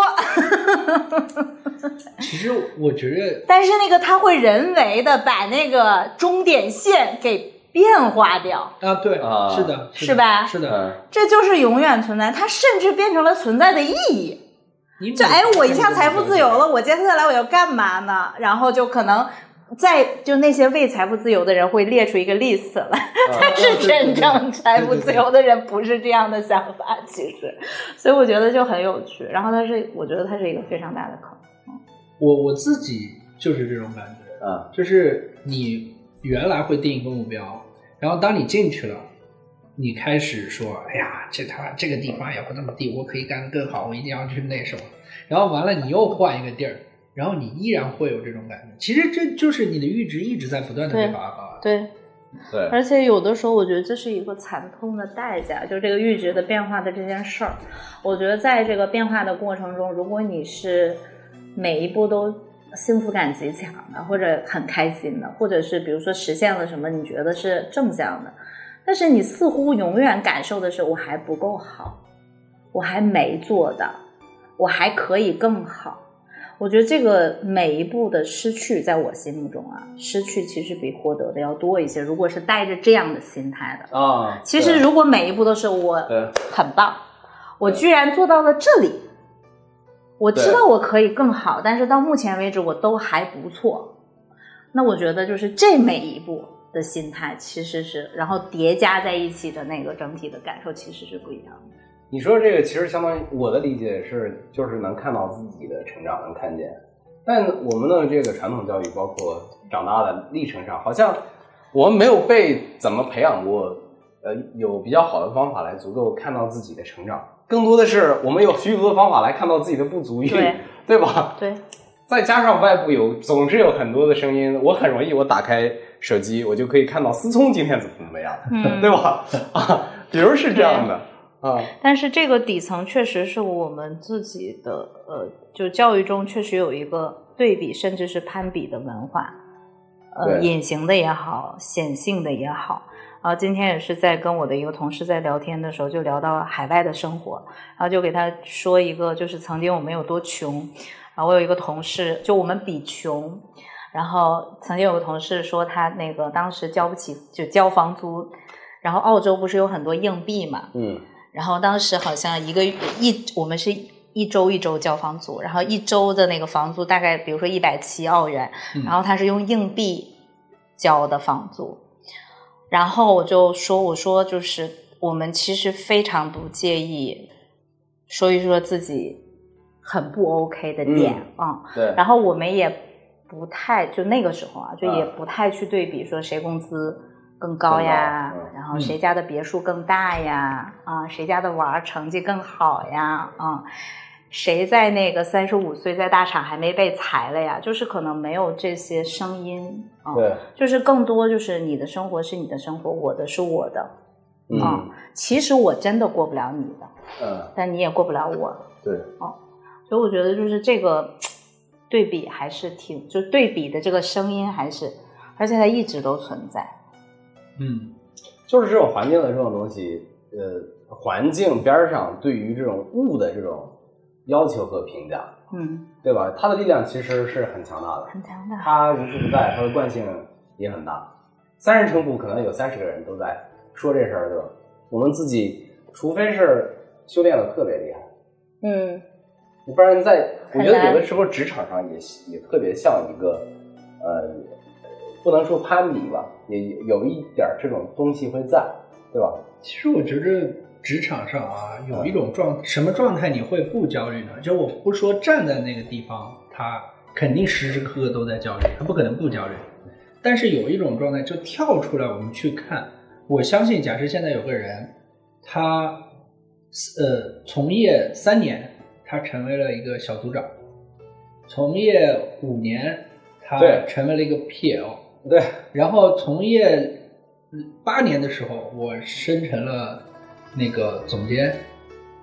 其实我觉得， 但是那个他会人为的把那个终点线给变化掉啊，对啊， 是的， 是吧？ 是的， 这就是永远存在，它甚至变成了存在的意义。就我一下财富自由了，我接下来我要干嘛呢？然后就可能就那些为财富自由的人会列出一个 list 来，但是真正财富自由的人不是这样的想法，其实，所以我觉得就很有趣。然后我觉得它是一个非常大的坑。 我自己就是这种感觉，就是你原来会定一个目标，然后当你进去了，你开始说，哎呀，这个地方也不那么地，我可以干得更好，我一定要去那什么，然后完了你又换一个地儿，然后你依然会有这种感觉。其实这就是你的阈值一直在不断的被拔高。 对，而且有的时候我觉得这是一个惨痛的代价，就这个阈值的变化的这件事儿。我觉得在这个变化的过程中，如果你是每一步都幸福感极强的，或者很开心的，或者是比如说实现了什么你觉得是正向的，但是你似乎永远感受的是我还不够好，我还没做到，我还可以更好。我觉得这个每一步的失去在我心目中失去其实比获得的要多一些，如果是带着这样的心态的其实如果每一步都是我很棒，我居然做到了这里，我知道我可以更好，但是到目前为止我都还不错，那我觉得就是这每一步的心态其实是，然后叠加在一起的那个整体的感受其实是不一样的。 你说这个其实相当于我的理解是，就是能看到自己的成长，能看见。但我们的这个传统教育，包括长大的历程上，好像我们没有被怎么培养过，有比较好的方法来足够看到自己的成长。更多的是我们有许多的方法来看到自己的不足，对吧？ 对。 再加上外部总是有很多的声音，我很容易我打开手机，我就可以看到思聪今天怎么样，对吧？比如是这样的。 但是这个底层确实是我们自己的就教育中确实有一个对比甚至是攀比的文化，隐形的也好，显性的也好。今天也是在跟我的一个同事在聊天的时候，就聊到海外的生活，然后就给他说一个，就是曾经我们有多穷。我有一个同事，就我们比穷，然后曾经有个同事说他那个当时交不起就交房租，然后澳洲不是有很多硬币嘛，然后当时好像我们是一周交房租，然后一周的那个房租大概比如说170澳元，然后他是用硬币交的房租，然后我说就是我们其实非常不介意说一说自己很不 OK 的点对， 然后我们也不太就那个时候就也不太去对比说谁工资更高呀，然后谁家的别墅更大呀，谁家的娃成绩更好呀，谁在那个35岁在大厂还没被裁了呀，就是可能没有这些声音对， 就是更多就是你的生活是你的生活，我的是我的其实我真的过不了你的但你也过不了我的， 对所以我觉得就是这个对比还是就对比的这个声音还是，而且它一直都存在。 就是这种环境的这种东西，环境边上对于这种物的这种要求和评价，对吧？它的力量其实是很强大的， 很强大。 它无处不在，它的惯性也很大。3人成虎可能有30个人都在说这事儿，对吧？我们自己除非是修炼的特别厉害，不然我觉得有的时候职场上也特别像一个不能说攀比吧，也有一点这种东西会在，对吧？ 其实我觉得职场上有一种什么状态你会不焦虑呢？就我不说站在那个地方他肯定时时刻刻都在焦虑，他不可能不焦虑，但是有一种状态就跳出来我们去看，我相信假设现在有个人他从业3年他成为了一个小组长，从业5年他成为了一个 PL， 对， 然后从业8年的时候我升成了那个总监，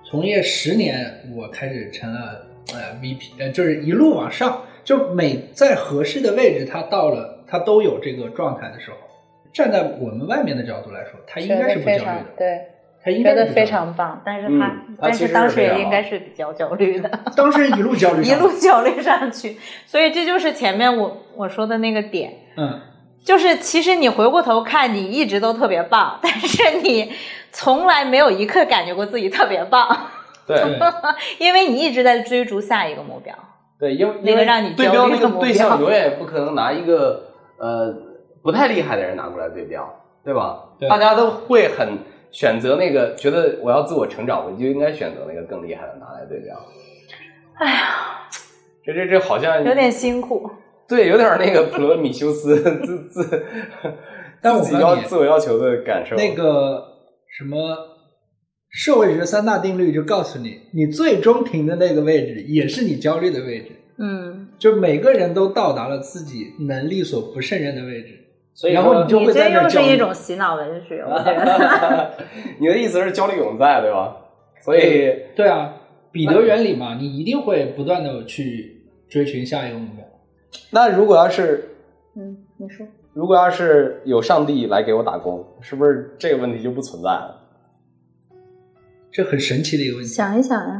从业10年，我开始成了VP，就是一路往上，就每在合适的位置，他到了他都有这个状态的时候，站在我们外面的角度来说，他应该是不焦虑的， 对， 他应该觉得非常棒，但是但是当时也应该是比较焦虑的， 当时一路焦虑上去， 一路焦虑上去，所以这就是前面我说的那个点，就是其实你回过头看，你一直都特别棒，但是你从来没有一刻感觉过自己特别棒， 对， 因为你一直在追逐下一个目标， 对，因为那个让你对标那个对象永远远也不可能拿一个不太厉害的人拿过来对标，对吧？ 对， 大家都会很选择那个，觉得我要自我成长，我就应该选择那个更厉害的拿来对标。 哎呀， 这好像有点辛苦。 对，有点那个普罗米修斯但我自我要求的感受。 那个什么社会学3大定律就告诉你，你最终停的那个位置也是你焦虑的位置。就每个人都到达了自己能力所不胜任的位置， 所以然后你就会在那这又是一种洗脑文学，我觉得。 你的意思是焦虑永在，对吧？所以对啊，彼得原理嘛，你一定会不断的去追寻下一个目标。 那如果要是你说， 如果要是有上帝来给我打工，是不是这个问题就不存在了？ 这很神奇的一个问题。 想一想呀，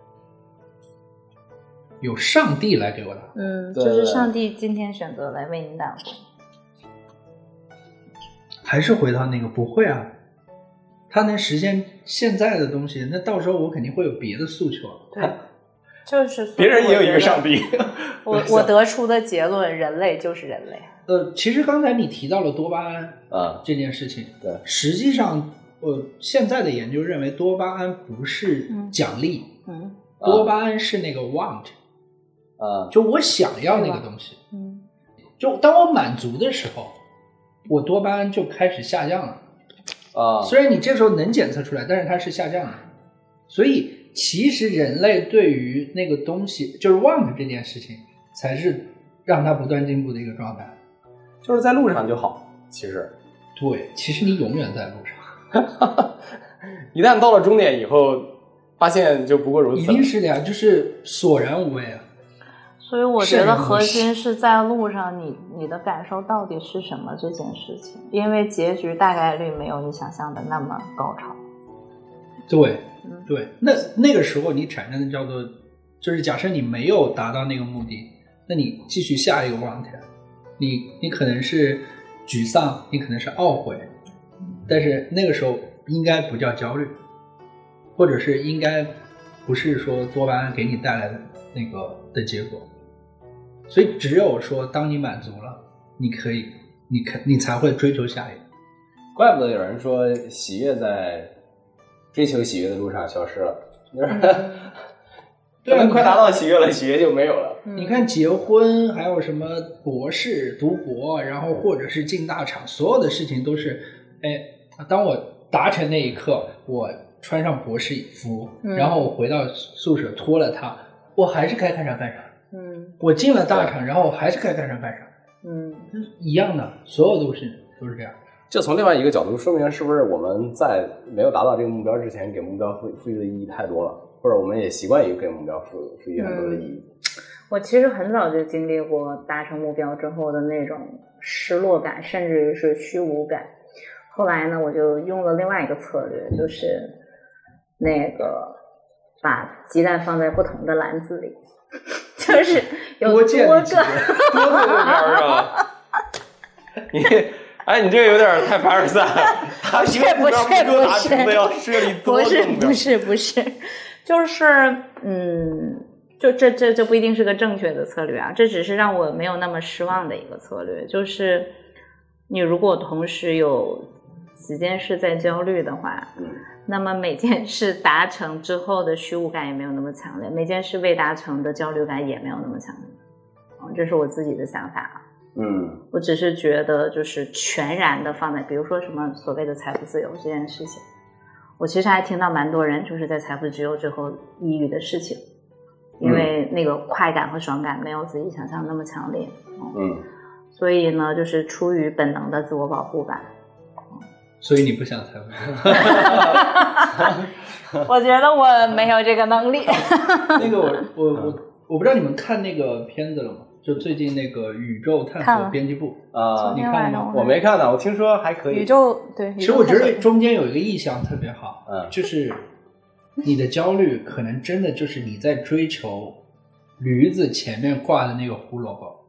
有上帝来给我打工， 就是上帝今天选择来为你打工。 还是回到那个不会啊，他能实现现在的东西，那到时候我肯定会有别的诉求。 对，就是别人也有一个上帝。 我得出的结论，人类就是人类。 其实刚才你提到了多巴胺这件事情， 对， 实际上现在的研究认为多巴胺不是奖励，多巴胺是那个 want，就我想要那个东西，就当我满足的时候，我多巴胺就开始下降了。虽然你这时候能检测出来，但是它是下降的。所以其实人类对于那个东西，就是 want 这件事情，才是让它不断进步的一个状态。 就是在路上就好，其实。 对，其实你永远在路上。 一旦到了终点以后，发现就不过如此。 一定是的呀，就是索然无味啊。 所以我觉得核心是在路上你的感受到底是什么这件事情，因为结局大概率没有你想象的那么高潮。 对，对，那个时候你产生的叫做，就是假设你没有达到那个目的，那你继续下一个want，你可能是沮丧，你可能是懊悔，但是那个时候应该不叫焦虑，或者是应该不是说多巴胺给你带来的那个的结果。所以只有说当你满足了，你才会追求下一个。 怪不得有人说喜悦在追求喜悦的路上消失了，对，快达到喜悦了，喜悦就没有了。 你看结婚，还有什么博士读博，然后或者是进大厂，所有的事情都是，当我达成那一刻，我穿上博士服，然后我回到宿舍脱了它，我还是该干啥干啥。我进了大厂，然后我还是该干啥干啥。一样的，所有都是这样。 这从另外一个角度说明，是不是我们在没有达到这个目标之前，给目标赋予的意义太多了，或者我们也习惯于给目标赋予很多的意义。 我其实很早就经历过达成目标之后的那种失落感，甚至于是虚无感。后来呢，我就用了另外一个策略，就是那个把鸡蛋放在不同的篮子里，就是有多个多个目标是吧？你这个有点太凡尔赛了。他一个目标没有达成的要设立多个目标。 不是，就是就这不一定是个正确的策略啊，这只是让我没有那么失望的一个策略。就是你如果同时有几件事在焦虑的话，那么每件事达成之后的虚无感也没有那么强烈，每件事未达成的焦虑感也没有那么强烈。这是我自己的想法啊。我只是觉得就是全然的放在比如说什么所谓的财富自由这件事情，我其实还听到蛮多人就是在财富自由之后抑郁的事情，因为那个快感和爽感没有自己想象那么强烈。所以呢就是出于本能的自我保护吧。 所以你不想财富自由？我觉得我没有这个能力。 那个我不知道你们看那个片子了吗？就最近那个宇宙探索编辑部你看了吗？ 我没看呢，我听说还可以。 宇宙对， 其实我觉得中间有一个意象特别好，就是你的焦虑可能真的就是你在追求驴子前面挂的那个胡萝卜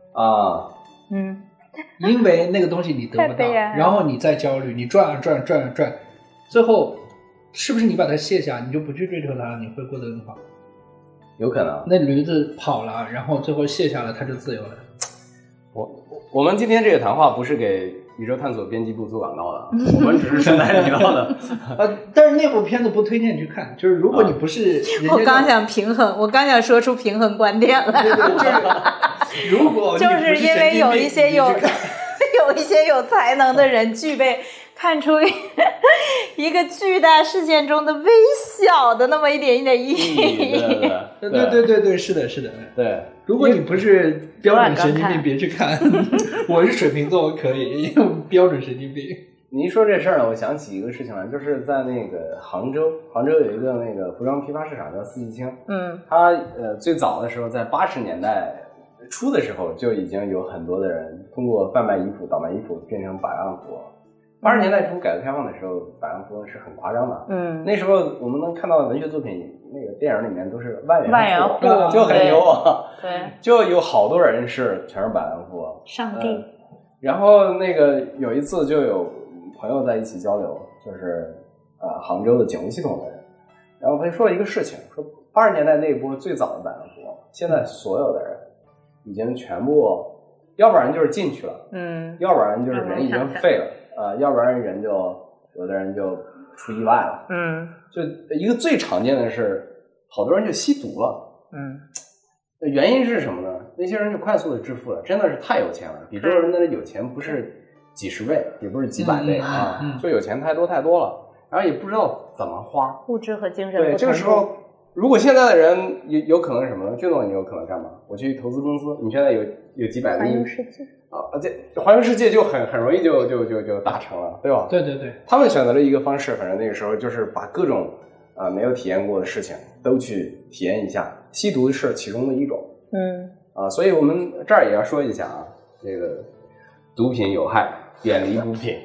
因为那个东西你得不到，然后你再焦虑，你转啊转转啊转，最后是不是你把它卸下，你就不去追求它了，你会过得更好？ 有可能。 那驴子跑了，然后最后卸下了，它就自由了。 我们今天这个谈话不是给宇宙探索编辑部做广告的，我们只是顺带提到的。 但是那部片子不推荐你去看，就是如果你不是我刚想平衡，我刚想说出平衡观点来。 对，如果就是因为有一些有才能的人具备看出一个巨大事件中的微小的那么一点意义。 对，是的。 对， 如果你不是标准神经病，别去看。我是水瓶座，我可以，因为我标准神经病。 你一说这事儿呢，我想起一个事情来，就是在那个杭州有一个那个服装批发市场叫四季青。它最早的时候在80年代初的时候就已经有很多的人通过贩卖衣服、倒卖衣服变成百万富翁。80年代初改革开放的时候，百万富翁是很夸张的。那时候我们能看到的文学作品，那个电影里面都是万元户，就很牛啊。 对， 就有好多人全是百万富翁。 上帝。 然后那个有一次就有朋友在一起交流，就是杭州的警务系统的人，然后他就说了一个事情，说80年代那一波最早的百万富翁，现在所有的人已经全部，要不然就是进去了，要不然就是人已经废了。要不然有的人就出意外了，就一个最常见的是，好多人就吸毒了，原因是什么呢？那些人就快速的致富了，真的是太有钱了，比这人的有钱不是几十倍，也不是几百倍就有钱太多了，然后也不知道怎么花， 物质和精神。 对，这个时候，如果现在的人有可能是什么呢？俊总，你有可能干嘛？我去投资公司，你现在有几百个亿。 环游世界这环游世界就很容易就达成了，对吧？ 对， 他们选择了一个方式，反正那个时候就是把各种没有体验过的事情都去体验一下，吸毒是其中的一种。所以我们这儿也要说一下这个毒品有害，远离毒品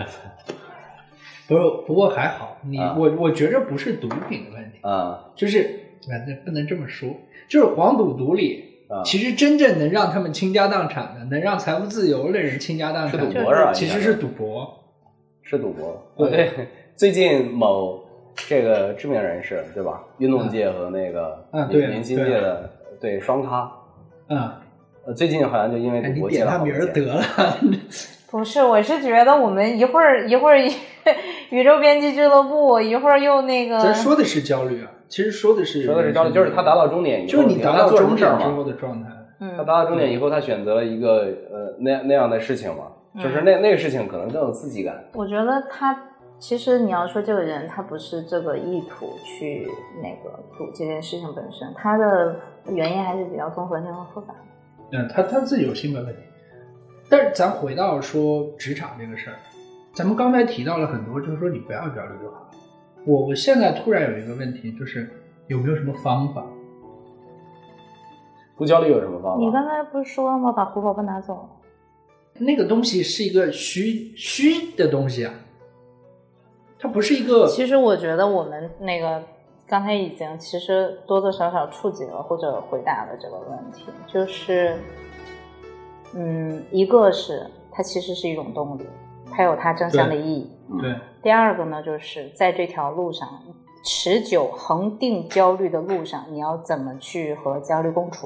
不过还好，我觉着不是毒品的问题就是不能这么说，就是黄赌毒里。其实真正能让他们倾家荡产的，能让财富自由的人倾家荡产， 是赌博是吧？ 其实是赌博， 对，最近某这个知名人士，对吧？运动界和那个年轻界的对双咖，最近好像就因为赌博你点他名得了。 不是，我是觉得我们一会儿宇宙编辑俱乐部，一会儿又那个。 咱说的是焦虑其实说的是焦虑， 就是他达到终点以后， 就是你达到终点之后的状态。 他达到终点以后，他选择了一个那样的事情嘛，就是那个事情可能更有刺激感。 我觉得他其实你要说这个人，他不是这个意图去那个赌这件事情本身，他的原因还是比较综合性和复杂的。 他自己有性格问题。但是咱回到说职场这个事儿，咱们刚才提到了很多，就是说你不要焦虑就好。我现在突然有一个问题，就是有没有什么方法？ 不焦虑有什么方法？ 你刚才不是说了吗？把胡萝卜拿走。 那个东西是一个虚的东西它不是一个。 其实我觉得我们那个刚才已经其实多多少少触及了或者回答了这个问题，就是一个是它其实是一种动力，它有它正向的意义。 对。 第二个呢，就是在这条路上持久恒定焦虑的路上，你要怎么去和焦虑共处？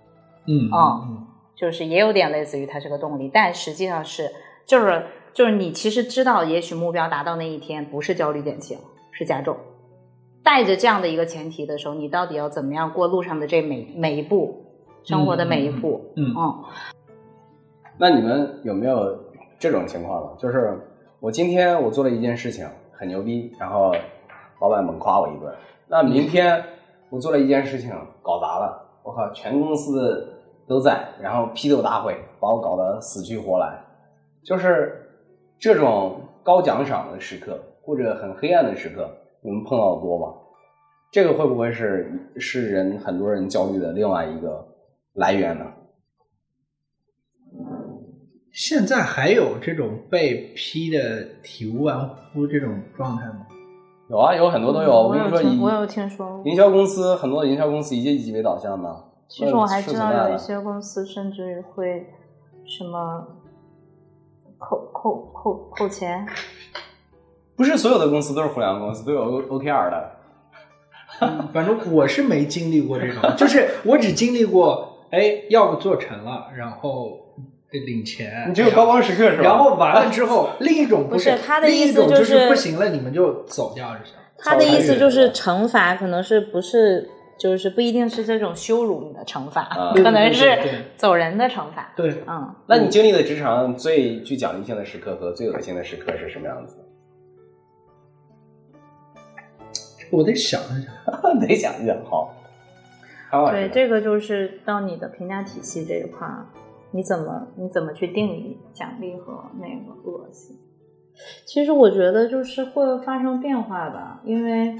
就是也有点类似于它是个动力，但实际上是就是你其实知道，也许目标达到那一天不是焦虑减轻，是加重。带着这样的一个前提的时候，你到底要怎么样过路上的这每一步，生活的每一步？ 那你们有没有这种情况呢？就是我今天我做了一件事情很牛逼，然后老板猛夸我一顿。那明天我做了一件事情搞砸了，我靠，全公司都在，然后批斗大会把我搞得死去活来。就是这种高奖赏的时刻或者很黑暗的时刻，你们碰到的多吗？这个会不会是很多人焦虑的另外一个来源呢？ 现在还有这种被批的体无完肤这种状态吗？ 有啊，有很多都有。我跟你说， 我有听说， 营销公司很多营销公司以阶级为导向的。 其实我还知道有一些公司甚至会什么扣钱。 不是所有的公司都是互联网公司都有 OKR 的。 反正我是没经历过这种，就是我只经历过，要不做成了，然后领钱， 你只有高光时刻是吧？ 然后完了之后，另一种不是他的意思就是不行了，你们就走掉就行。 他的意思就是惩罚可能是不是就是不一定是这种羞辱你的惩罚，可能是走人的惩罚。 对， 那你经历的职场上最具奖励性的时刻和最恶心的时刻是什么样子？ 我得想一想， 得想一想。好， 对，这个就是到你的评价体系这一块，你怎么去定义奖励和那个恶心？其实我觉得就是会发生变化吧，因为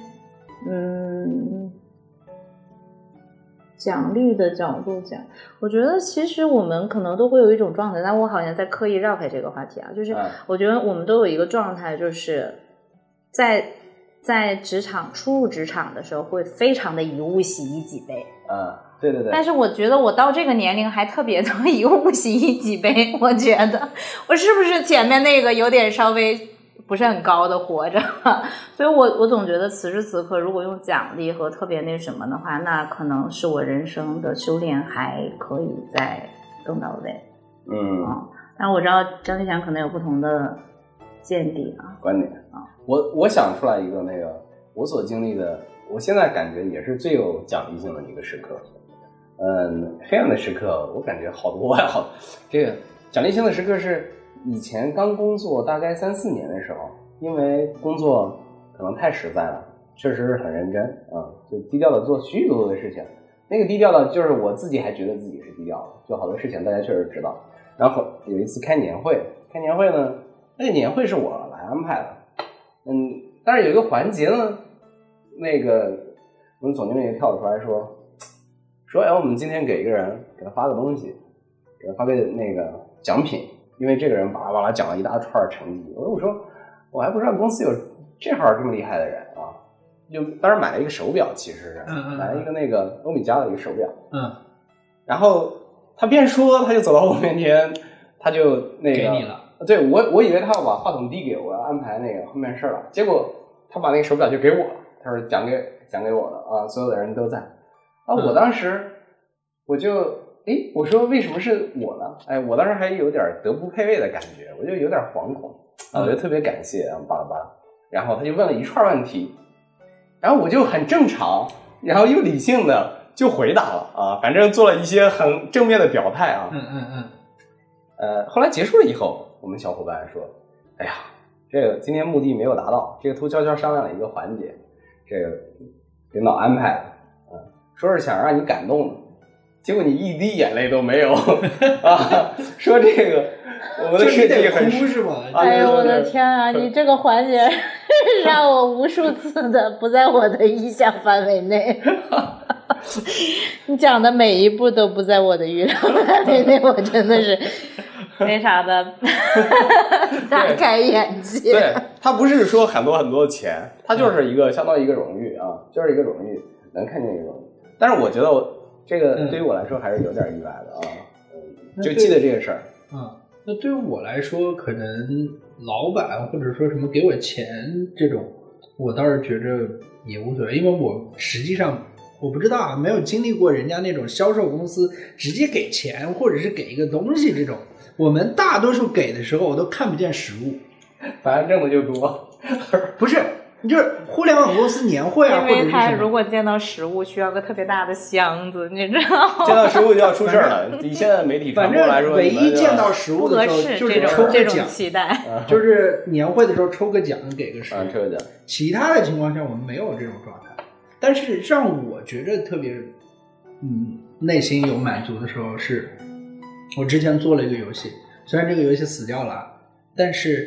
奖励的角度讲，我觉得其实我们可能都会有一种状态，但我好像在刻意绕开这个话题啊，就是我觉得我们都有一个状态，就是在职场初入职场的时候会非常的以物喜一己悲， 对对对。 但是我觉得我到这个年龄还特别的以物喜一己悲，我觉得我是不是前面那个有点稍微不是很高的活着，所以我总觉得此时此刻如果用奖励和特别那什么的话，那可能是我人生的修炼还可以再更到位。但我知道张立强可能有不同的见地观点我想出来一个那个我所经历的，我现在感觉也是最有奖励性的一个时刻。黑暗的时刻我感觉好多呀。这个奖励性的时刻是以前刚工作大概3-4年的时候，因为工作可能太实在了，确实是很认真就低调的做许许多多的事情。那个低调的就是我自己还觉得自己是低调的，就好多事情大家确实知道。然后有一次开年会呢，那个年会是我来安排的。但是有一个环节呢，那个我们总经理跳出来说我们今天给一个人给他发个东西，给他发个那个奖品，因为这个人巴拉巴拉讲了一大串成绩。我说我还不知道公司有这么厉害的人就当时买了一个手表，其实是买了一个那个欧米茄的一个手表。然后他边说他就走到我面前，他就那个给你了。 对，我以为他要把话筒递给我，要安排那个后面事了，结果他把那个手表就给我了，他说讲给我的所有的人都在我当时我就我说为什么是我呢？我当时还有点德不配位的感觉，我就有点惶恐我就特别感谢巴拉巴拉，然后他就问了一串问题，然后我就很正常然后又理性的就回答了反正做了一些很正面的表态后来结束了以后，我们小伙伴说哎呀，这个今天目的没有达到，这个偷悄悄商量了一个环节，这个领导安排了说是想让你感动的，结果你一滴眼泪都没有说这个我们的设计很哭是吗？ 哎呦我的天啊，你这个环节让我无数次的不在我的意想范围内你讲的每一步都不在我的预料范围内，我真的是非常的大开眼界。 对，他不是说很多很多钱，他就是一个相当于一个荣誉就是一个荣誉，能看见一个荣誉。但是我觉得这个对于我来说还是有点意外的就记得这个事儿那对于我来说，可能老板或者说什么给我钱这种，我倒是觉着也无所谓，因为我实际上我不知道没有经历过人家那种销售公司直接给钱或者是给一个东西这种，我们大多数给的时候我都看不见实物， 反正挣的就多不是就是互联网公司年会因为他如果见到实物需要个特别大的箱子，你知道吗？ 见到实物就要出事了。以现在媒体传播来说， 唯一见到实物的时候就是抽个奖， 期待就是年会的时候抽个奖给个实物， 抽个奖。 其他的情况下我们没有这种状态。但是让我觉得特别内心有满足的时候是，我之前做了一个游戏，虽然这个游戏死掉了，但是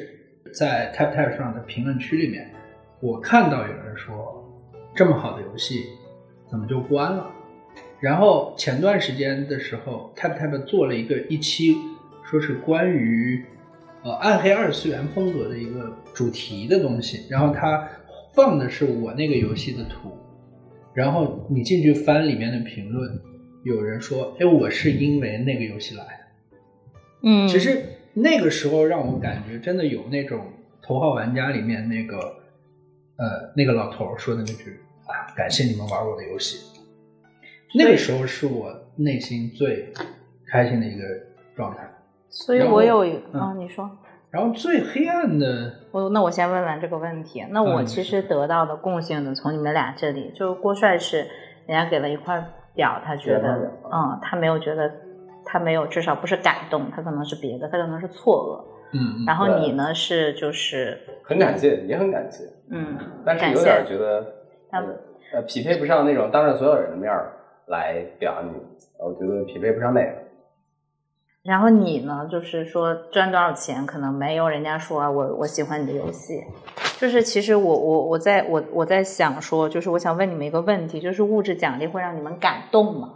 在 TapTap 上的评论区里面，我看到有人说这么好的游戏怎么就关了。然后前段时间的时候 TapTap 做了一期说是关于暗黑二次元风格的一个主题的东西，然后它放的是我那个游戏的图，然后你进去翻里面的评论，有人说我是因为那个游戏来的。其实那个时候让我感觉真的有那种头号玩家里面那个老头说的那句感谢你们玩我的游戏，那个时候是我内心最开心的一个状态。 所以我有你说。 然后最黑暗的， 那我先问完这个问题。那我其实得到的共性的，从你们俩这里，就郭帅是人家给了一块表，他觉得他没有觉得，他没有，至少不是感动，他可能是别的，他可能是错愕。然后你呢是就是很感谢，也很感谢。但是有点觉得匹配不上那种当着所有人的面来表扬你，我觉得匹配不上那个。 然后你呢，就是说赚多少钱可能没有人家说我喜欢你的游戏，就是其实我在想说，就是我想问你们一个问题，就是物质奖励会让你们感动吗？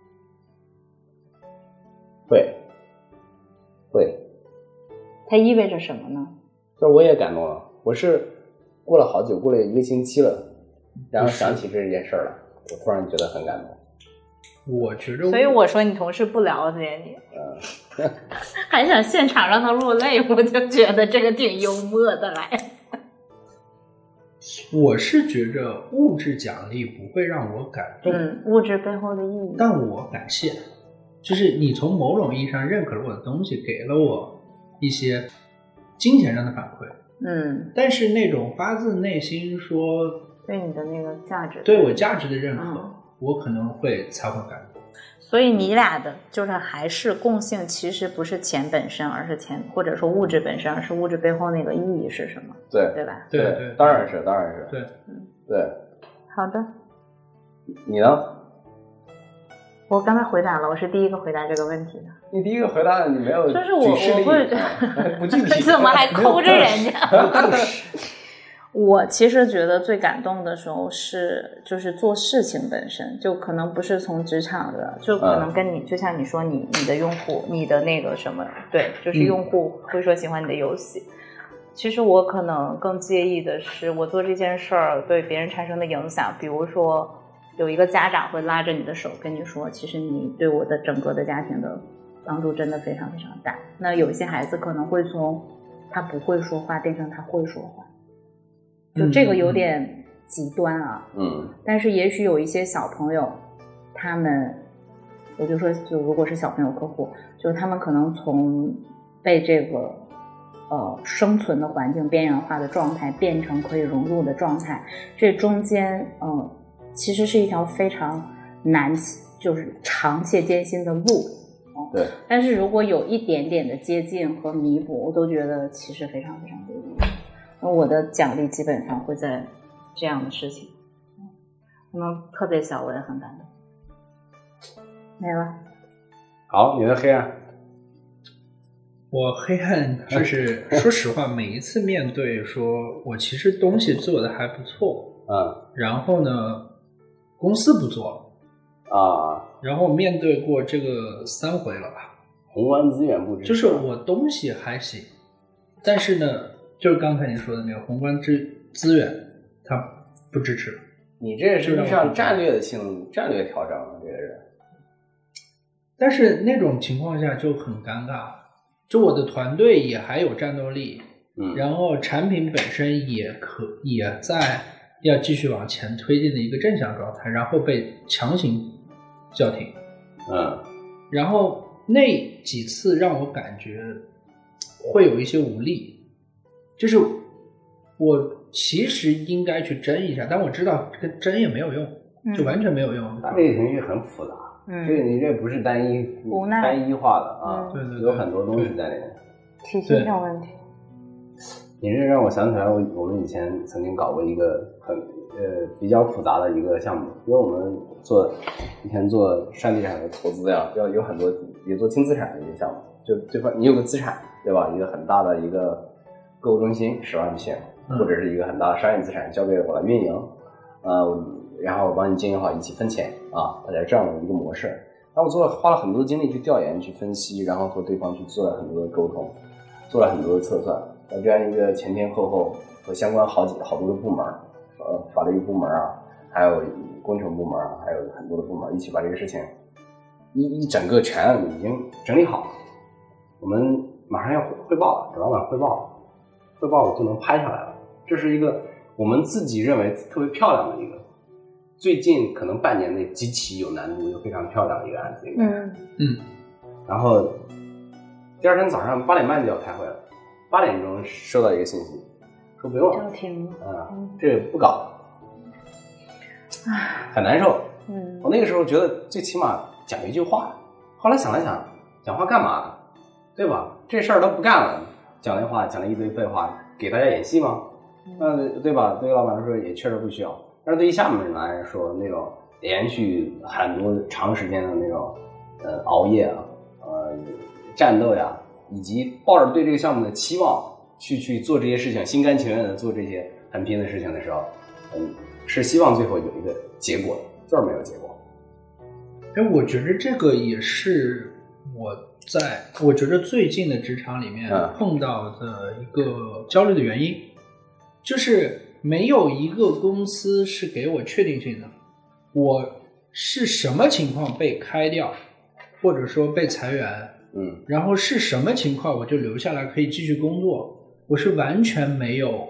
会。 它意味着什么呢？ 就是我也感动了，我是过了好久，过了1个星期了，然后想起这件事了，我突然觉得很感动。 我觉得， 所以我说你同事不了解你，还想现场让他落泪，我就觉得这个挺幽默的来。 我是觉着物质奖励不会让我感动， 物质背后的意义， 但我感谢，就是你从某种意义上认可了我的东西，给了我一些金钱上的反馈，但是那种发自内心说对你的那个价值， 对我价值的认可，我可能才会感动。 所以你俩的就是还是共性，其实不是钱本身，而是钱，或者说物质本身，而是物质背后那个意义是什么？对吧？ 对， 当然是。对。 好的。 你呢？ 我刚才回答了，我是第一个回答这个问题的。 你第一个回答你没有举事例， 不具体， 怎么还抠着人家？我其实觉得最感动的时候就是做事情本身，就可能不是从职场的，就可能跟你就像你说你的用户，你的那个什么，对，就是用户会说喜欢你的游戏。其实我可能更介意的是我做这件事儿对别人产生的影响，比如说有一个家长会拉着你的手跟你说，其实你对我的整个的家庭的帮助真的非常非常大。那有一些孩子可能会从他不会说话变成他会说话，就这个有点极端啊。但是也许有一些小朋友，他们我就说，就如果是小朋友客户，就是他们可能从被这个生存的环境边缘化的状态变成可以融入的状态，这中间其实是一条非常难，就是长且艰辛的路。 对。 但是如果有一点点的接近和弥补，我都觉得其实非常非常有意义。我的奖励基本上会在这样的事情，可能特别小，我也很感动。没了。 好，你的黑暗。 我黑暗就是说实话，每一次面对说我其实东西做的还不错，然后呢，公司不做了然后面对过这个3回了吧， 宏观资源不支持， 就是我东西还行，但是呢，就是刚才你说的那个宏观资源，它不支持。 你这是遇上战略调整了，这个人。 但是那种情况下就很尴尬，就我的团队也还有战斗力，然后产品本身也在要继续往前推进的一个正向状态，然后被强行叫停。然后那几次让我感觉会有一些无力，就是我其实应该去争一下，但我知道这个争也没有用，就完全没有用。 这个情绪很复杂，你这不是单一化的对， 有很多东西在里面， 体系上问题。 你这让我想起来，我们以前曾经搞过一个比较复杂的一个项目，因为我们以前做山地产的投资要有很多，也做轻资产的一个项目，就对方你有个资产对吧，一个很大的一个购物中心10万就行，或者是一个很大的商业资产交给我来运营，然后我帮你经营好，一起分钱啊，大家这样的一个模式。那我花了很多的精力去调研、去分析，然后和对方去做了很多的沟通，做了很多的测算。那这样一个前前后后和相关好多的部门，法律部门啊，还有工程部门啊，还有很多的部门一起把这个事情一整个全已经整理好了。我们马上要汇报了，给老板汇报了，汇报我就能拍下来了。这是一个我们自己认为特别漂亮的一个，最近可能半年内极其有难度又非常漂亮的一个案子。然后第二天早上8点半就要开会了，8点钟收到一个信息，说不用了，这个不搞了，很难受。我那个时候觉得最起码讲一句话，后来想了想，讲话干嘛？对吧？这事儿都不干了，讲那话，讲了一堆废话，给大家演戏吗？对吧？对于老板来说也确实不需要，但是对于下面人来说，那种连续很多长时间的那种熬夜啊，战斗呀，以及抱着对这个项目的期望去做这些事情，心甘情愿的做这些很拼的事情的时候，是希望最后有一个结果的，就是没有结果。 我觉得这个也是我觉得最近的职场里面碰到的一个焦虑的原因，就是没有一个公司是给我确定性的，我是什么情况被开掉，或者说被裁员，然后是什么情况我就留下来可以继续工作，我是完全没有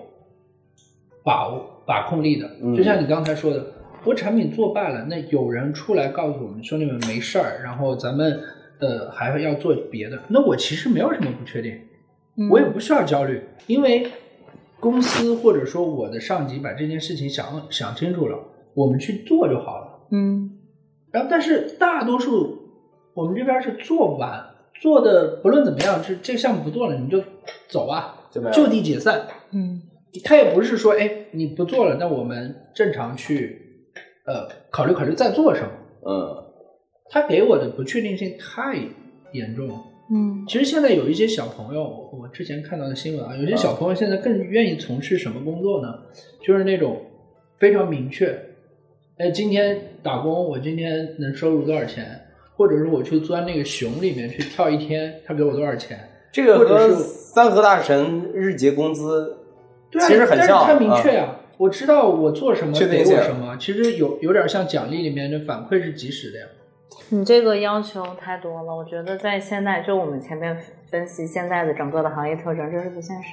把控力的。就像你刚才说的，我产品做败了，那有人出来告诉我们兄弟们没事儿，然后咱们还要做别的，那我其实没有什么不确定，我也不需要焦虑，因为公司或者说我的上级把这件事情想清楚了，我们去做就好了。然后但是大多数我们这边是做完做的不论怎么样，这个项目不做了你就走啊，就地解散。他也不是说你不做了，那我们正常去考虑再做什么。他给我的不确定性太严重了。其实现在有一些小朋友，我之前看到的新闻啊，有些小朋友现在更愿意从事什么工作呢？就是那种非常明确，今天打工，我今天能收入多少钱，或者是我去钻那个熊里面去跳一天，他给我多少钱？ 这个和三和大神日结工资其实很像， 但是太明确啊！我知道我做什么给我什么，其实有点像奖励里面的反馈是及时的呀。 你这个要求太多了，我觉得在现在就我们前面分析现在的整个的行业特征，这是不现实。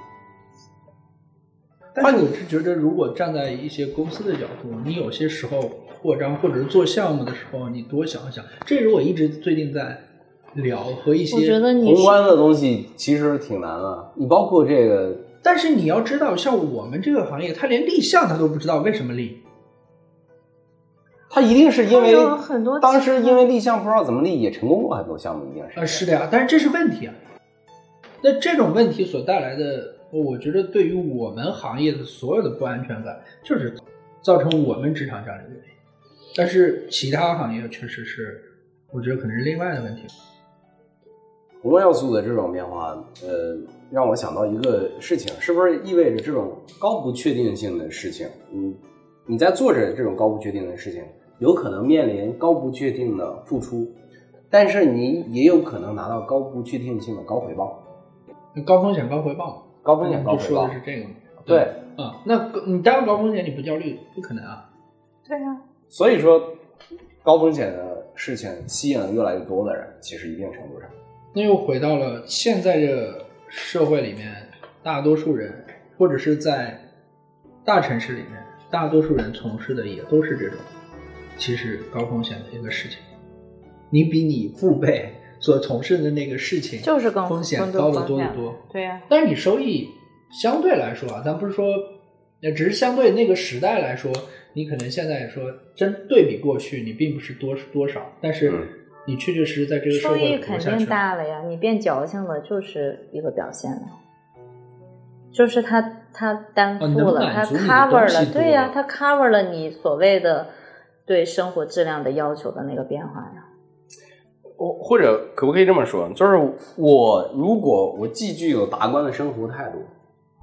但是我是觉得，如果站在一些公司的角度，你有些时候扩张或者是做项目的时候，你多想一想。这是我一直最近在聊和一些宏观的东西，其实挺难的。你包括这个， 但是你要知道，像我们这个行业，他连立项他都不知道为什么立。 他一定是因为当时因为立项不知道怎么立，也成功过很多项目，一定是。 是的呀，但是这是问题啊。那这种问题所带来的，我觉得对于我们行业的所有的不安全感，就是造成我们职场这样的原因。但是其他行业确实是，我觉得可能是另外的问题。 宏观要素的这种变化，让我想到一个事情，是不是意味着这种高不确定性的事情，你在做着这种高不确定的事情，有可能面临高不确定的付出，但是你也有可能拿到高不确定性的高回报。 高风险高回报， 高风险高回报， 说的是这个吗？ 对那你当然高风险你不焦虑不可能啊。 对啊， 所以说高风险的事情吸引了越来越多的人，其实一定程度上。 那又回到了现在这个社会里面，大多数人或者是在大城市里面，大多数人从事的也都是这种其实高风险的一个事情。你比你父辈所从事的那个事情就是更风险高得多得多。 对呀， 但是你收益相对来说啊，咱不是说只是相对那个时代来说，你可能现在说真对比过去你并不是多少，但是你确确实实在这个社会收益肯定大了呀，你变矫情了就是一个表现了，就是他担负了，他 cover 了，对呀，他 cover 了你所谓的对生活质量的要求的那个变化呀。 或者可不可以这么说，就是如果我既具有达观的生活态度，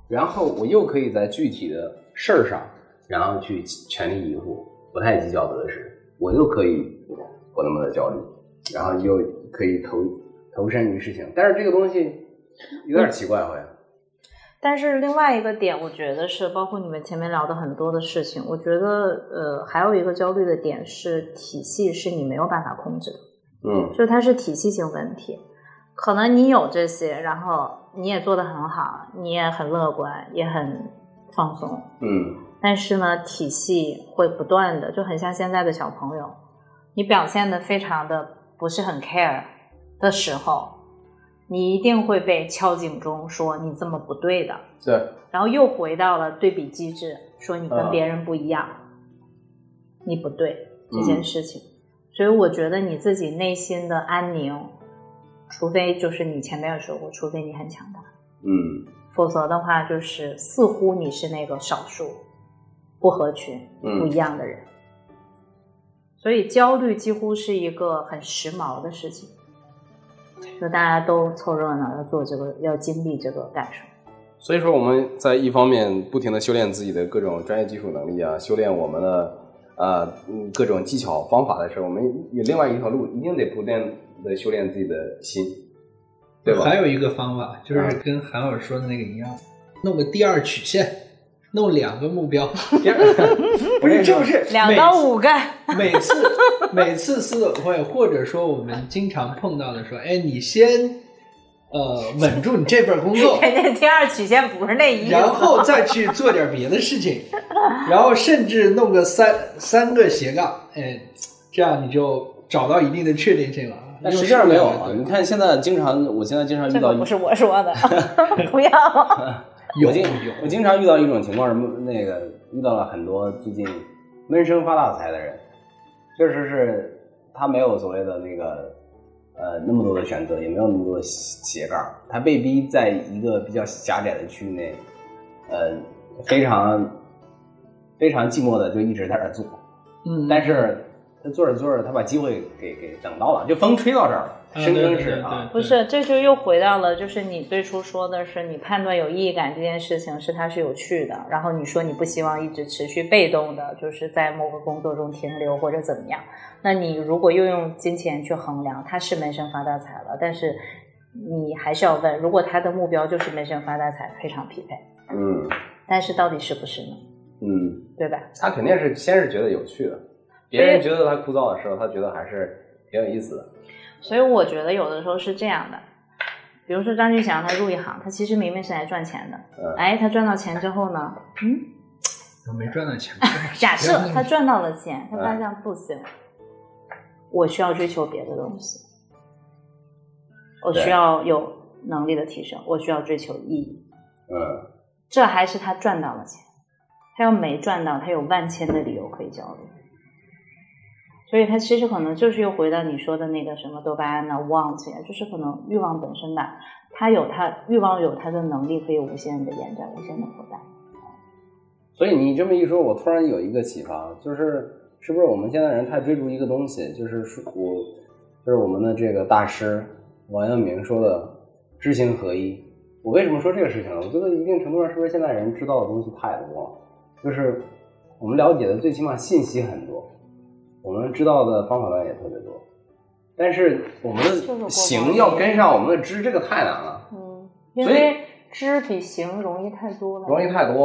然后我又可以在具体的事儿上，然后去全力以赴，不太计较得失，我又可以不那么的焦虑，然后又可以投身于事情。但是这个东西有点奇怪，好像。 但是另外一个点，我觉得是包括你们前面聊的很多的事情，我觉得还有一个焦虑的点是体系是你没有办法控制的，就它是体系性问题。可能你有这些，然后你也做得很好，你也很乐观，也很放松，但是呢，体系会不断的，就很像现在的小朋友，你表现的非常的不是很 care 的时候，你一定会被敲警钟，说你这么不对的。 对。 然后又回到了对比机制，说你跟别人不一样，你不对这件事情。所以我觉得你自己内心的安宁，除非就是你前面有说过，除非你很强大，否则的话就是似乎你是那个少数不合群、不一样的人。所以焦虑几乎是一个很时髦的事情。就大家都凑热闹，要做这个，要经历这个感受。 所以说我们在一方面不停的修炼自己的各种专业技术能力啊，修炼我们的各种技巧方法的时候，我们有另外一条路，一定得不断的修炼自己的心，对吧？ 还有一个方法就是跟韩老师说的那个一样，弄个第二曲线，弄2个目标。不是，这不是 2到5个。 每次思委会，或者说我们经常碰到的说，哎，你先稳住你这份工作， 那第二曲线不是那意思， 然后再去做点别的事情，然后甚至弄个三个斜杠，哎，这样你就找到一定的确定性了。 但实际上没有啊！你看现在我现在经常遇到， 这个不是我说的，不要。 我经常遇到一种情况，那个遇到了很多最近闷声发大财的人，确实是他没有所谓的那个那么多的选择，也没有那么多的斜杠，他被逼在一个比较狭窄的区域内，非常非常寂寞的就一直在这做，但是他做着做着，他把机会给等到了，就风吹到这儿了，生生是啊， 不是，这就又回到了，就是你最初说的是你判断有意义感这件事情是它是有趣的，然后你说你不希望一直持续被动的，就是在某个工作中停留或者怎么样，那你如果又用金钱去衡量，他是闷声发大财了，但是你还是要问，如果他的目标就是闷声发大财，非常匹配，但是到底是不是呢？对吧？ 他肯定是先是觉得有趣的，别人觉得他枯燥的时候，他觉得还是挺有意思的。 所以我觉得有的时候是这样的，比如说张俊祥他入一行，他其实明明是来赚钱的，他赚到钱之后呢， 我没赚到钱。 假设他赚到了钱，他发现不行，我需要追求别的东西，我需要有能力的提升，我需要追求意义。这还是他赚到了钱，他要没赚到，他有万千的理由可以焦虑。所以他其实可能就是又回到你说的那个什么多巴胺啊 want 呀，就是可能欲望本身吧，欲望有它的能力可以无限的延展，无限的扩大。 所以你这么一说，我突然有一个启发，就是是不是我们现在人太追逐一个东西，就是我们的这个大师王阳明说的知行合一。我为什么说这个事情呢？我觉得一定程度上是不是现在人知道的东西太多了，就是我们了解的最起码信息很多，我们知道的方法论也特别多，但是我们的行要跟上我们的知，这个太难了。 因为知比行容易太多了，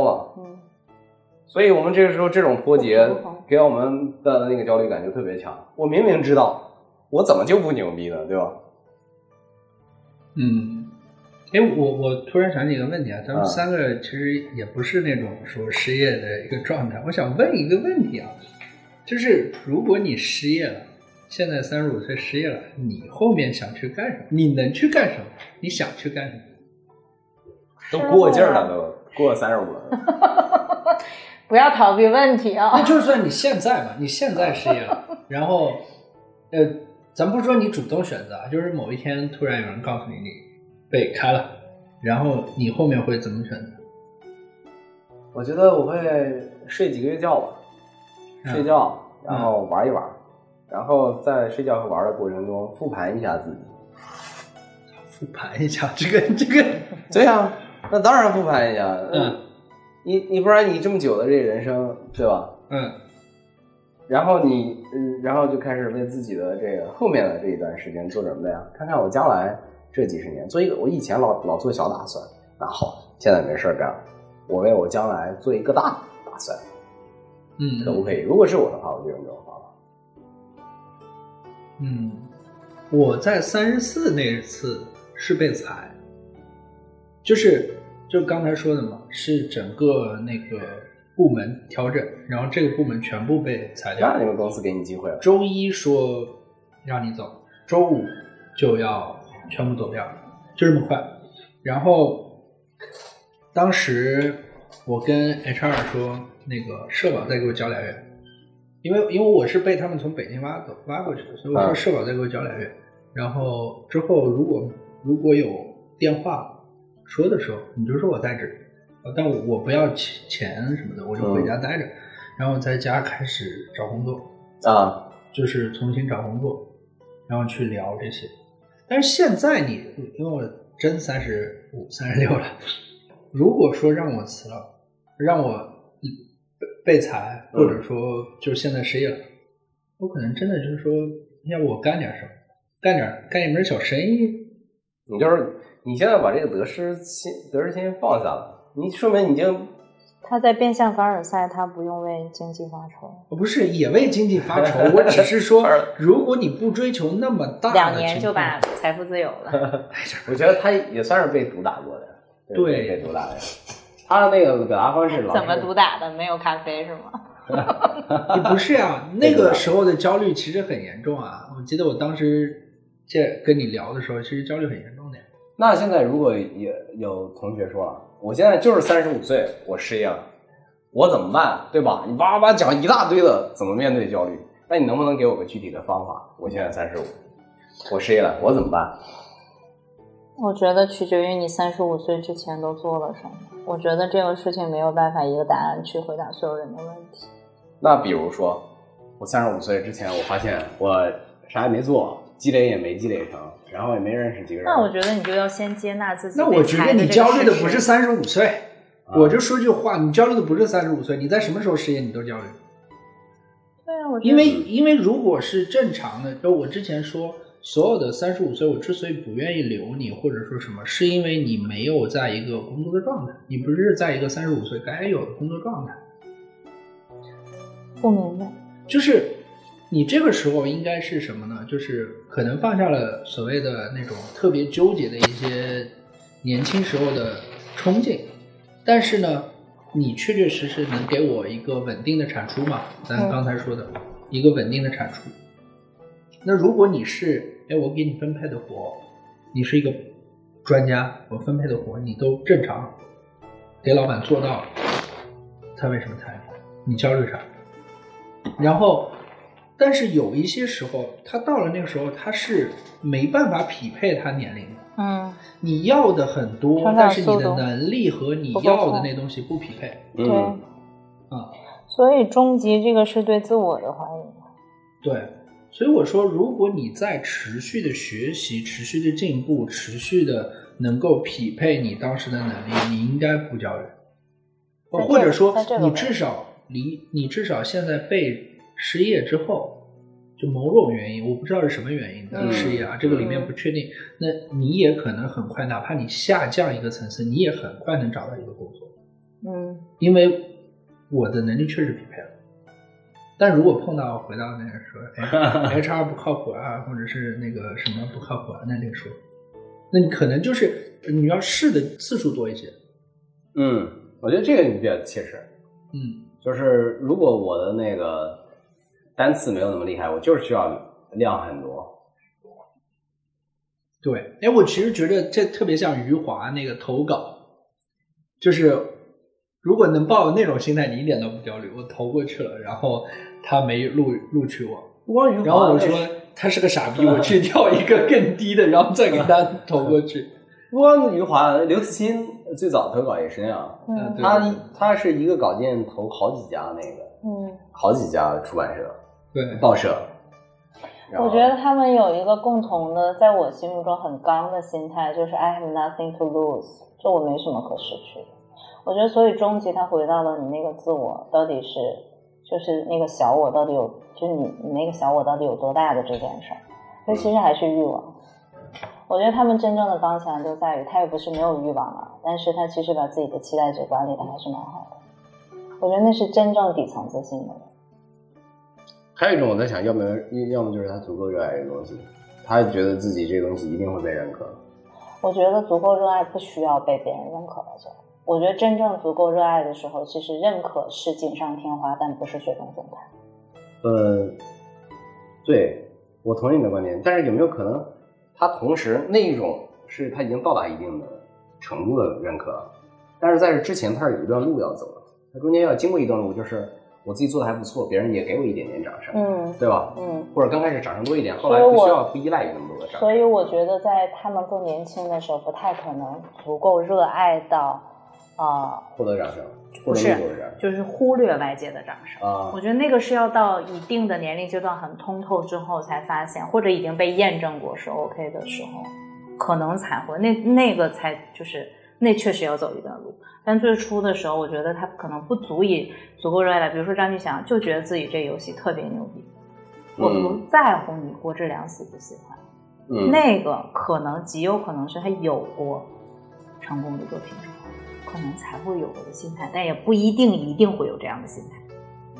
所以我们这个时候这种脱节给我们的那个焦虑感就特别强。我明明知道，我怎么就不牛逼呢？对吧？ 我突然想起一个问题啊，咱们3个其实也不是那种说失业的一个状态。我想问一个问题啊，就是如果你失业了，现在35岁失业了，你后面想去干什么？你能去干什么？你想去干什么？ 都过劲儿了，都过35了。 不要逃避问题啊！ 那就算你现在吧，你现在失业了，然后咱不说你主动选择啊，就是某一天突然有人告诉你被开了，然后你后面会怎么选择？ 我觉得我会睡几个月觉吧，睡觉，然后玩一玩，然后在睡觉和玩的过程中复盘一下自己。 复盘一下这个， 对啊， 那当然不攀呀。你不然你这么久的这人生，对吧？然后然后就开始为自己的这个后面的这一段时间做准备啊，看看我将来这几十年做一个，我以前老做小打算，那好，现在没事干，我为我将来做一个大打算，可不可以？如果是我的话，我就用这种方法。 我在34那次是被裁，就刚才说的嘛，是整个那个部门调整，然后这个部门全部被裁掉。 那你们公司给你机会了？ 周一说让你走，周五就要全部走掉，就这么快。然后当时我跟 HR 说，那个社保再给我交2月，因为我是被他们从北京挖过去的，所以我说社保再给我交2月。然后之后如果有电话说的时候，你就说我在职，但我不要钱什么的，我就回家待着，然后在家开始找工作啊， 就是重新找工作，然后去聊这些。但是现在因为我真35、36了，如果说让我辞了，让我被裁，或者说就现在失业了，我可能真的就是说，要我干点什么，干一门小生意。 你现在把这个得失心放下了，你说明已经。 他在变相凡尔赛，他不用为经济发愁。 不是也为经济发愁，我只是说，如果你不追求那么大的 2年就把财富自由了。 我觉得他也算是被毒打过的。 对， 被毒打的。他的那个表达方式怎么毒打的？没有咖啡是吗？ 也不是啊，那个时候的焦虑其实很严重啊。我记得我当时跟你聊的时候，其实焦虑很严重的。 那现在如果有同学说了，我现在就是35岁，我失业了，我怎么办？对吧？你叭叭讲一大堆的怎么面对焦虑，那你能不能给我个具体的方法？我现在35，我失业了，我怎么办？ 我觉得取决于你35岁之前都做了什么。我觉得这个事情没有办法一个答案去回答所有人的问题。 那比如说，我35岁之前，我发现我啥也没做，积累也没积累成，然后也没认识几个人。 那我觉得你就要先接纳自己。 那我觉得你焦虑的不是35岁，我就说句话，你焦虑的不是35岁，你在什么时候失业你都焦虑。 对啊，我觉得因为如果是正常的，就我之前说，所有的35岁，我之所以不愿意留你，或者说什么，是因为你没有在一个工作的状态，你不是在一个35岁该有的工作状态。 不明白， 就是你这个时候应该是什么呢？就是可能放下了所谓的那种特别纠结的一些年轻时候的憧憬，但是呢，你确确实实能给我一个稳定的产出嘛？咱刚才说的一个稳定的产出。那如果你是，我给你分配的活，你是一个专家，我分配的活你都正常给老板做到了，他为什么裁你？你焦虑啥？然后但是有一些时候他到了那个时候他是没办法匹配他年龄的，你要的很多，但是你的能力和你要的那东西不匹配。 对，所以终极这个是对自我的怀疑。 对，所以我说如果你在持续的学习，持续的进步，持续的能够匹配你当时的能力，你应该不焦虑，或者说你至少现在被失业之后，就某种原因，我不知道是什么原因的失业啊，这个里面不确定，那你也可能很快，哪怕你下降一个层次，你也很快能找到一个工作。因为我的能力确实匹配了。但如果回到那个说HR 不靠谱啊，或者是那个什么不靠谱啊，那另说。那你可能就是你要试的次数多一些。 我觉得这个你比较切实。就是如果我的那个单词没有那么厉害，我就是需要量很多。 对，我其实觉得这特别像余华那个投稿，就是如果能抱那种心态，你一点都不焦虑。我投过去了，然后他没录取我，然后我说他是个傻逼，我去调一个更低的，然后再给他投过去。 不光余华，刘慈欣最早投稿也是那样。他是一个稿件投好几家好几家出版社、报社。 我觉得他们有一个共同的，在我心目中很刚的心态，就是 I have nothing to lose， 就我没什么可失去的。我觉得所以终极它回到了你那个自我到底是就是那个小我到底有就是你那个小我到底有多大的这件事儿，所以其实还是欲望。我觉得他们真正的刚强就在于他也不是没有欲望了，但是他其实把自己的期待值管理的还是蛮好的。我觉得那是真正底层自信的人。 还有一种我在想，要么就是他足够热爱这个东西，他觉得自己这个东西一定会被认可。 我觉得足够热爱不需要被别人认可了就。我觉得真正足够热爱的时候，其实认可是锦上添花，但不是雪中送炭。 对，我同意你的观点，但是有没有可能他同时那一种是他已经到达一定的程度的认可，但是在这之前他是有一段路要走的，他中间要经过一段路，就是我自己做的还不错，别人也给我一点点掌声，对吧？或者刚开始掌声多一点，后来不需要不依赖于那么多的掌声。 所以我觉得在他们更年轻的时候，不太可能足够热爱到获得掌声， 不是，就是忽略外界的掌声我觉得那个是要到一定的年龄阶段很通透之后才发现，或者已经被验证过是 OK 的时候，可能才会那个才就是那确实要走一段路。但最初的时候，我觉得他可能不足以足够热爱。比如说张巨响就觉得自己这游戏特别牛逼，我不在乎你郭志良喜不喜欢，那个可能极有可能是他有过成功的作品之后可能才会有我的心态，但也不一定会有这样的心态。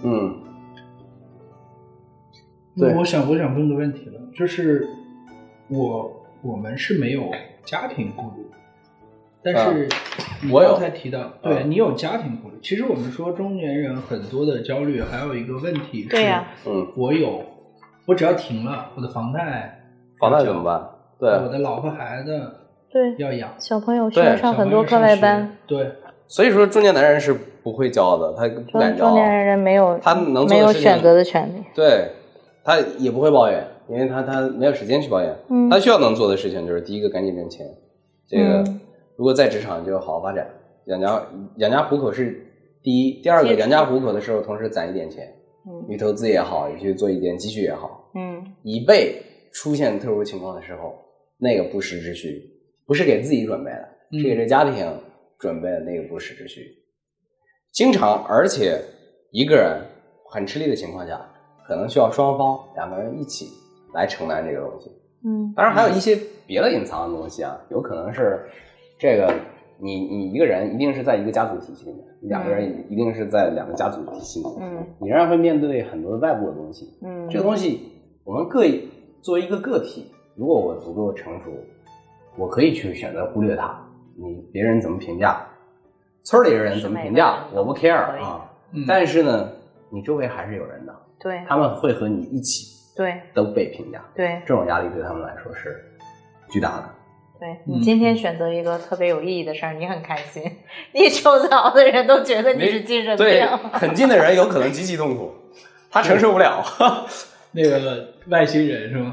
对，我想问个问题了，就是我们是没有家庭顾虑，但是你刚才提到，对你有家庭顾虑。其实我们说中年人很多的焦虑，还有一个问题是，我只要停了，我的房贷怎么办？对， 我的老婆孩子对要养， 小朋友需要上很多课外班， 对， 所以说中年男人是不会骄傲的，他不敢骄傲。 中年人没有他能没有选择的权利， 对，他也不会抱怨，因为他没有时间去抱怨。他需要能做的事情就是第一个赶紧挣钱，这个如果在职场就好好发展，养家糊口是第一，第二个养家糊口的时候同时攒一点钱，你投资也好，你去做一点积蓄也好，以备出现特殊情况的时候那个不时之需，不是给自己准备的，是给这家庭准备的那个不时之需。经常而且一个人很吃力的情况下，可能需要双方两个人一起来承担这个东西。当然还有一些别的隐藏的东西啊，有可能是这个你一个人一定是在一个家族体系里面，两个人一定是在两个家族体系里面，你仍然会面对很多外部的东西。这个东西我们作为一个个体，如果我足够成熟，我可以去选择忽略它。别人怎么评价，村里的人怎么评价，我不 care 啊。但是呢，你周围还是有人的， 对， 他们会和你一起， 对， 都被评价， 对， 这种压力对他们来说是巨大的。 对，你今天选择一个特别有意义的事儿，你很开心，你周遭的人都觉得你是精神病， 对，很近的人有可能极其痛苦，他承受不了。 那个外星人是吗？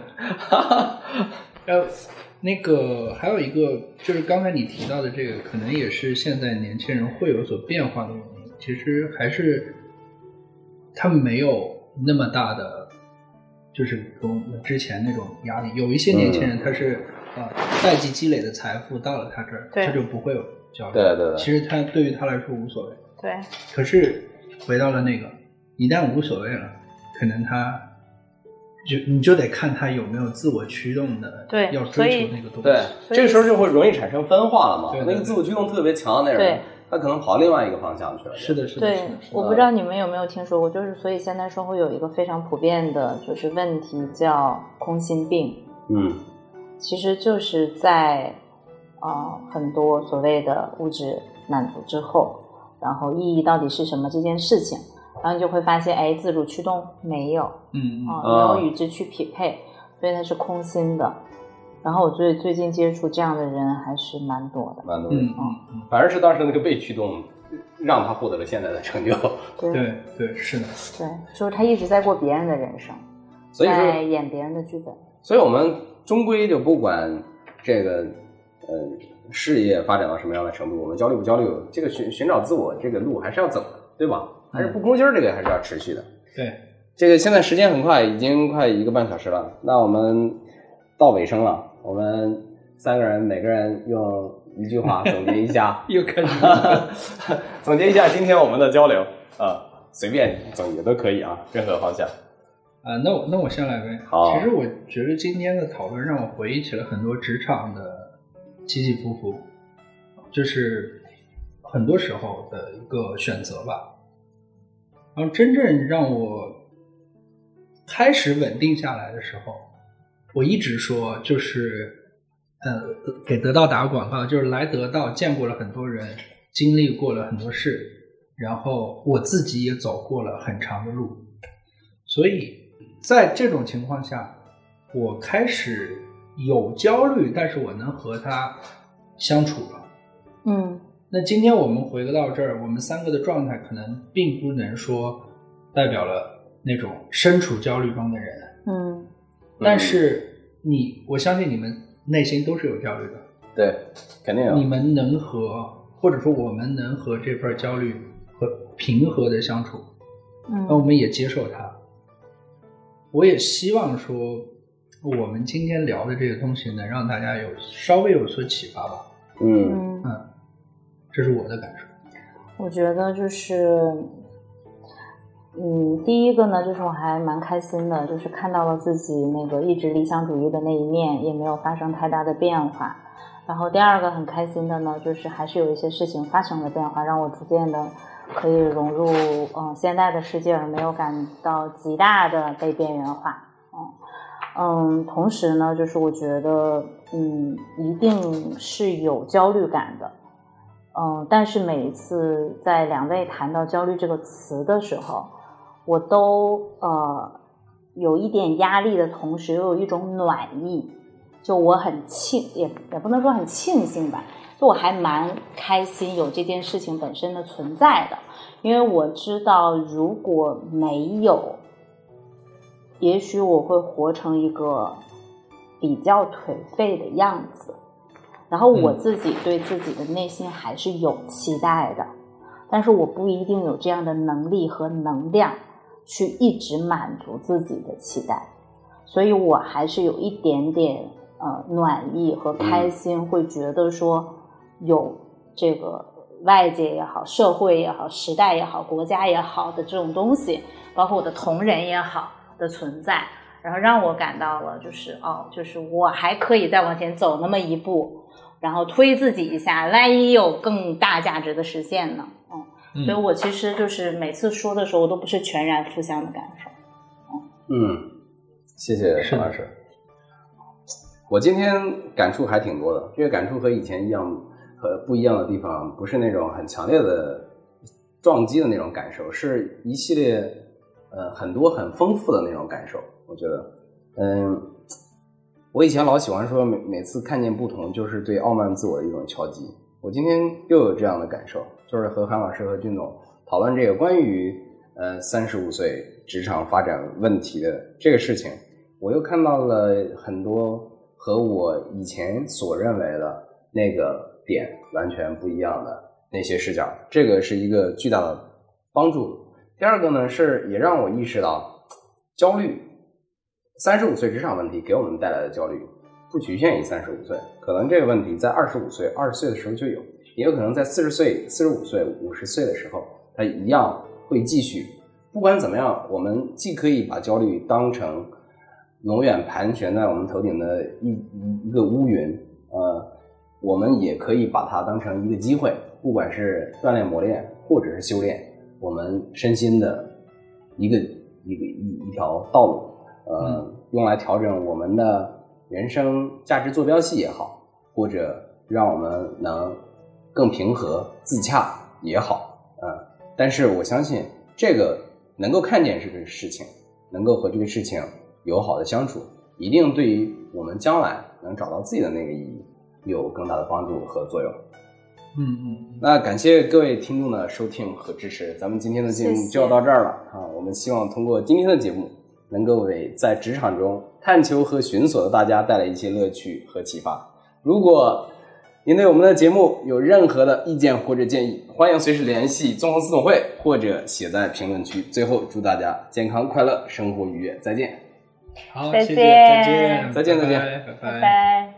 那个还有一个就是刚才你提到的这个，可能也是现在年轻人会有所变化的原因。其实还是他们没有那么大的，就是跟之前那种压力。有一些年轻人他是代际积累的财富到了他这儿，他就不会有焦虑。 对， 其实他对于他来说无所谓。 对。 可是回到了那个，一旦无所谓了，可能你就得看他有没有自我驱动的， 对， 要追求那个东西。 对，这个时候就会容易产生分化了嘛。 对， 那个自我驱动特别强的那人，他可能跑另外一个方向去了。 是的。 对，我不知道你们有没有听说过，就是所以现代社会有一个非常普遍的就是问题叫空心病。其实就是在很多所谓的物质满足之后，然后意义到底是什么这件事情。然后你就会发现，自主驱动没有，没有与之去匹配，所以它是空心的。然后我最近接触这样的人还是蛮多的， 反而是当时那个被驱动，让他获得了现在的成就。 对，是的， 对，就是他一直在过别人的人生， 所以在演别人的剧本。 所以我们终归就不管这个事业发展到什么样的程度，我们焦虑不焦虑，这个寻找自我这个路还是要走的，对吧？还是不空心儿，这个还是要持续的。 对， 这个现在时间很快，已经快1个半小时了。那我们到尾声了，我们三个人每个人用一句话总结一下， 又开始总结一下今天我们的交流随便总结都可以啊，任何方向。 那我先来呗。 好， 其实我觉得今天的讨论让我回忆起了很多职场的起起伏伏，就是很多时候的一个选择吧。然后真正让我开始稳定下来的时候，我一直说就是给得到打个广告，就是来得到见过了很多人，经历过了很多事，然后我自己也走过了很长的路，所以在这种情况下，我开始有焦虑，但是我能和他相处了。那今天我们回到这儿，我们三个的状态可能并不能说代表了那种身处焦虑中的人。但是我相信你们内心都是有焦虑的。 对，肯定有。 你们能或者说我们能和这份焦虑和平和的相处，那我们也接受它。我也希望说我们今天聊的这个东西能让大家稍微有所启发吧。这是我的感受。 我觉得就是第一个呢，就是我还蛮开心的，就是看到了自己那个一直理想主义的那一面也没有发生太大的变化。然后第二个很开心的呢，就是还是有一些事情发生了变化，让我逐渐的可以融入现代的世界，而没有感到极大的被边缘化。同时呢，就是我觉得一定是有焦虑感的。但是每一次在两位谈到焦虑这个词的时候，我都有一点压力的同时又有一种暖意，就我很也不能说很庆幸吧，就我还蛮开心有这件事情本身的存在的，因为我知道如果没有，也许我会活成一个比较颓废的样子。然后我自己对自己的内心还是有期待的，但是我不一定有这样的能力和能量去一直满足自己的期待，所以我还是有一点点暖意和开心，会觉得说有这个外界也好，社会也好，时代也好，国家也好的这种东西，包括我的同仁也好的存在，然后让我感到了就是我还可以再往前走那么一步，然后推自己一下，万一有更大价值的实现呢？所以我其实就是每次说的时候，我都不是全然负向的感受。 谢谢陈老师。我今天感触还挺多的，这个感触和以前一样，和不一样的地方，不是那种很强烈的撞击的那种感受，是一系列很多很丰富的那种感受。我觉得，我以前老喜欢说每次看见不同就是对傲慢自我的一种敲击，我今天又有这样的感受，就是和韩老师和俊总讨论这个关于35岁职场发展问题的这个事情，我又看到了很多和我以前所认为的那个点完全不一样的那些视角，这个是一个巨大的帮助。第二个呢，是也让我意识到焦虑，35岁职场问题给我们带来的焦虑不局限于35岁，可能这个问题在25岁、20岁的时候就有，也有可能在40岁、45岁、50岁的时候它一样会继续。不管怎么样，我们既可以把焦虑当成永远盘旋在我们头顶的一个乌云，我们也可以把它当成一个机会，不管是锻炼磨练或者是修炼我们身心的一条道路，用来调整我们的人生价值坐标系也好，或者让我们能更平和自洽也好，但是我相信这个能够看见这个事情，能够和这个事情友好的相处，一定对于我们将来能找到自己的那个意义有更大的帮助和作用。那感谢各位听众的收听和支持，咱们今天的节目就要到这儿了我们希望通过今天的节目能够为在职场中探求和寻索的大家带来一些乐趣和启发。如果您对我们的节目有任何的意见或者建议，欢迎随时联系纵横四总会或者写在评论区。最后祝大家健康快乐，生活愉悦，再见。 好， 再见， 谢谢，再见， 再见， 拜拜。 拜拜。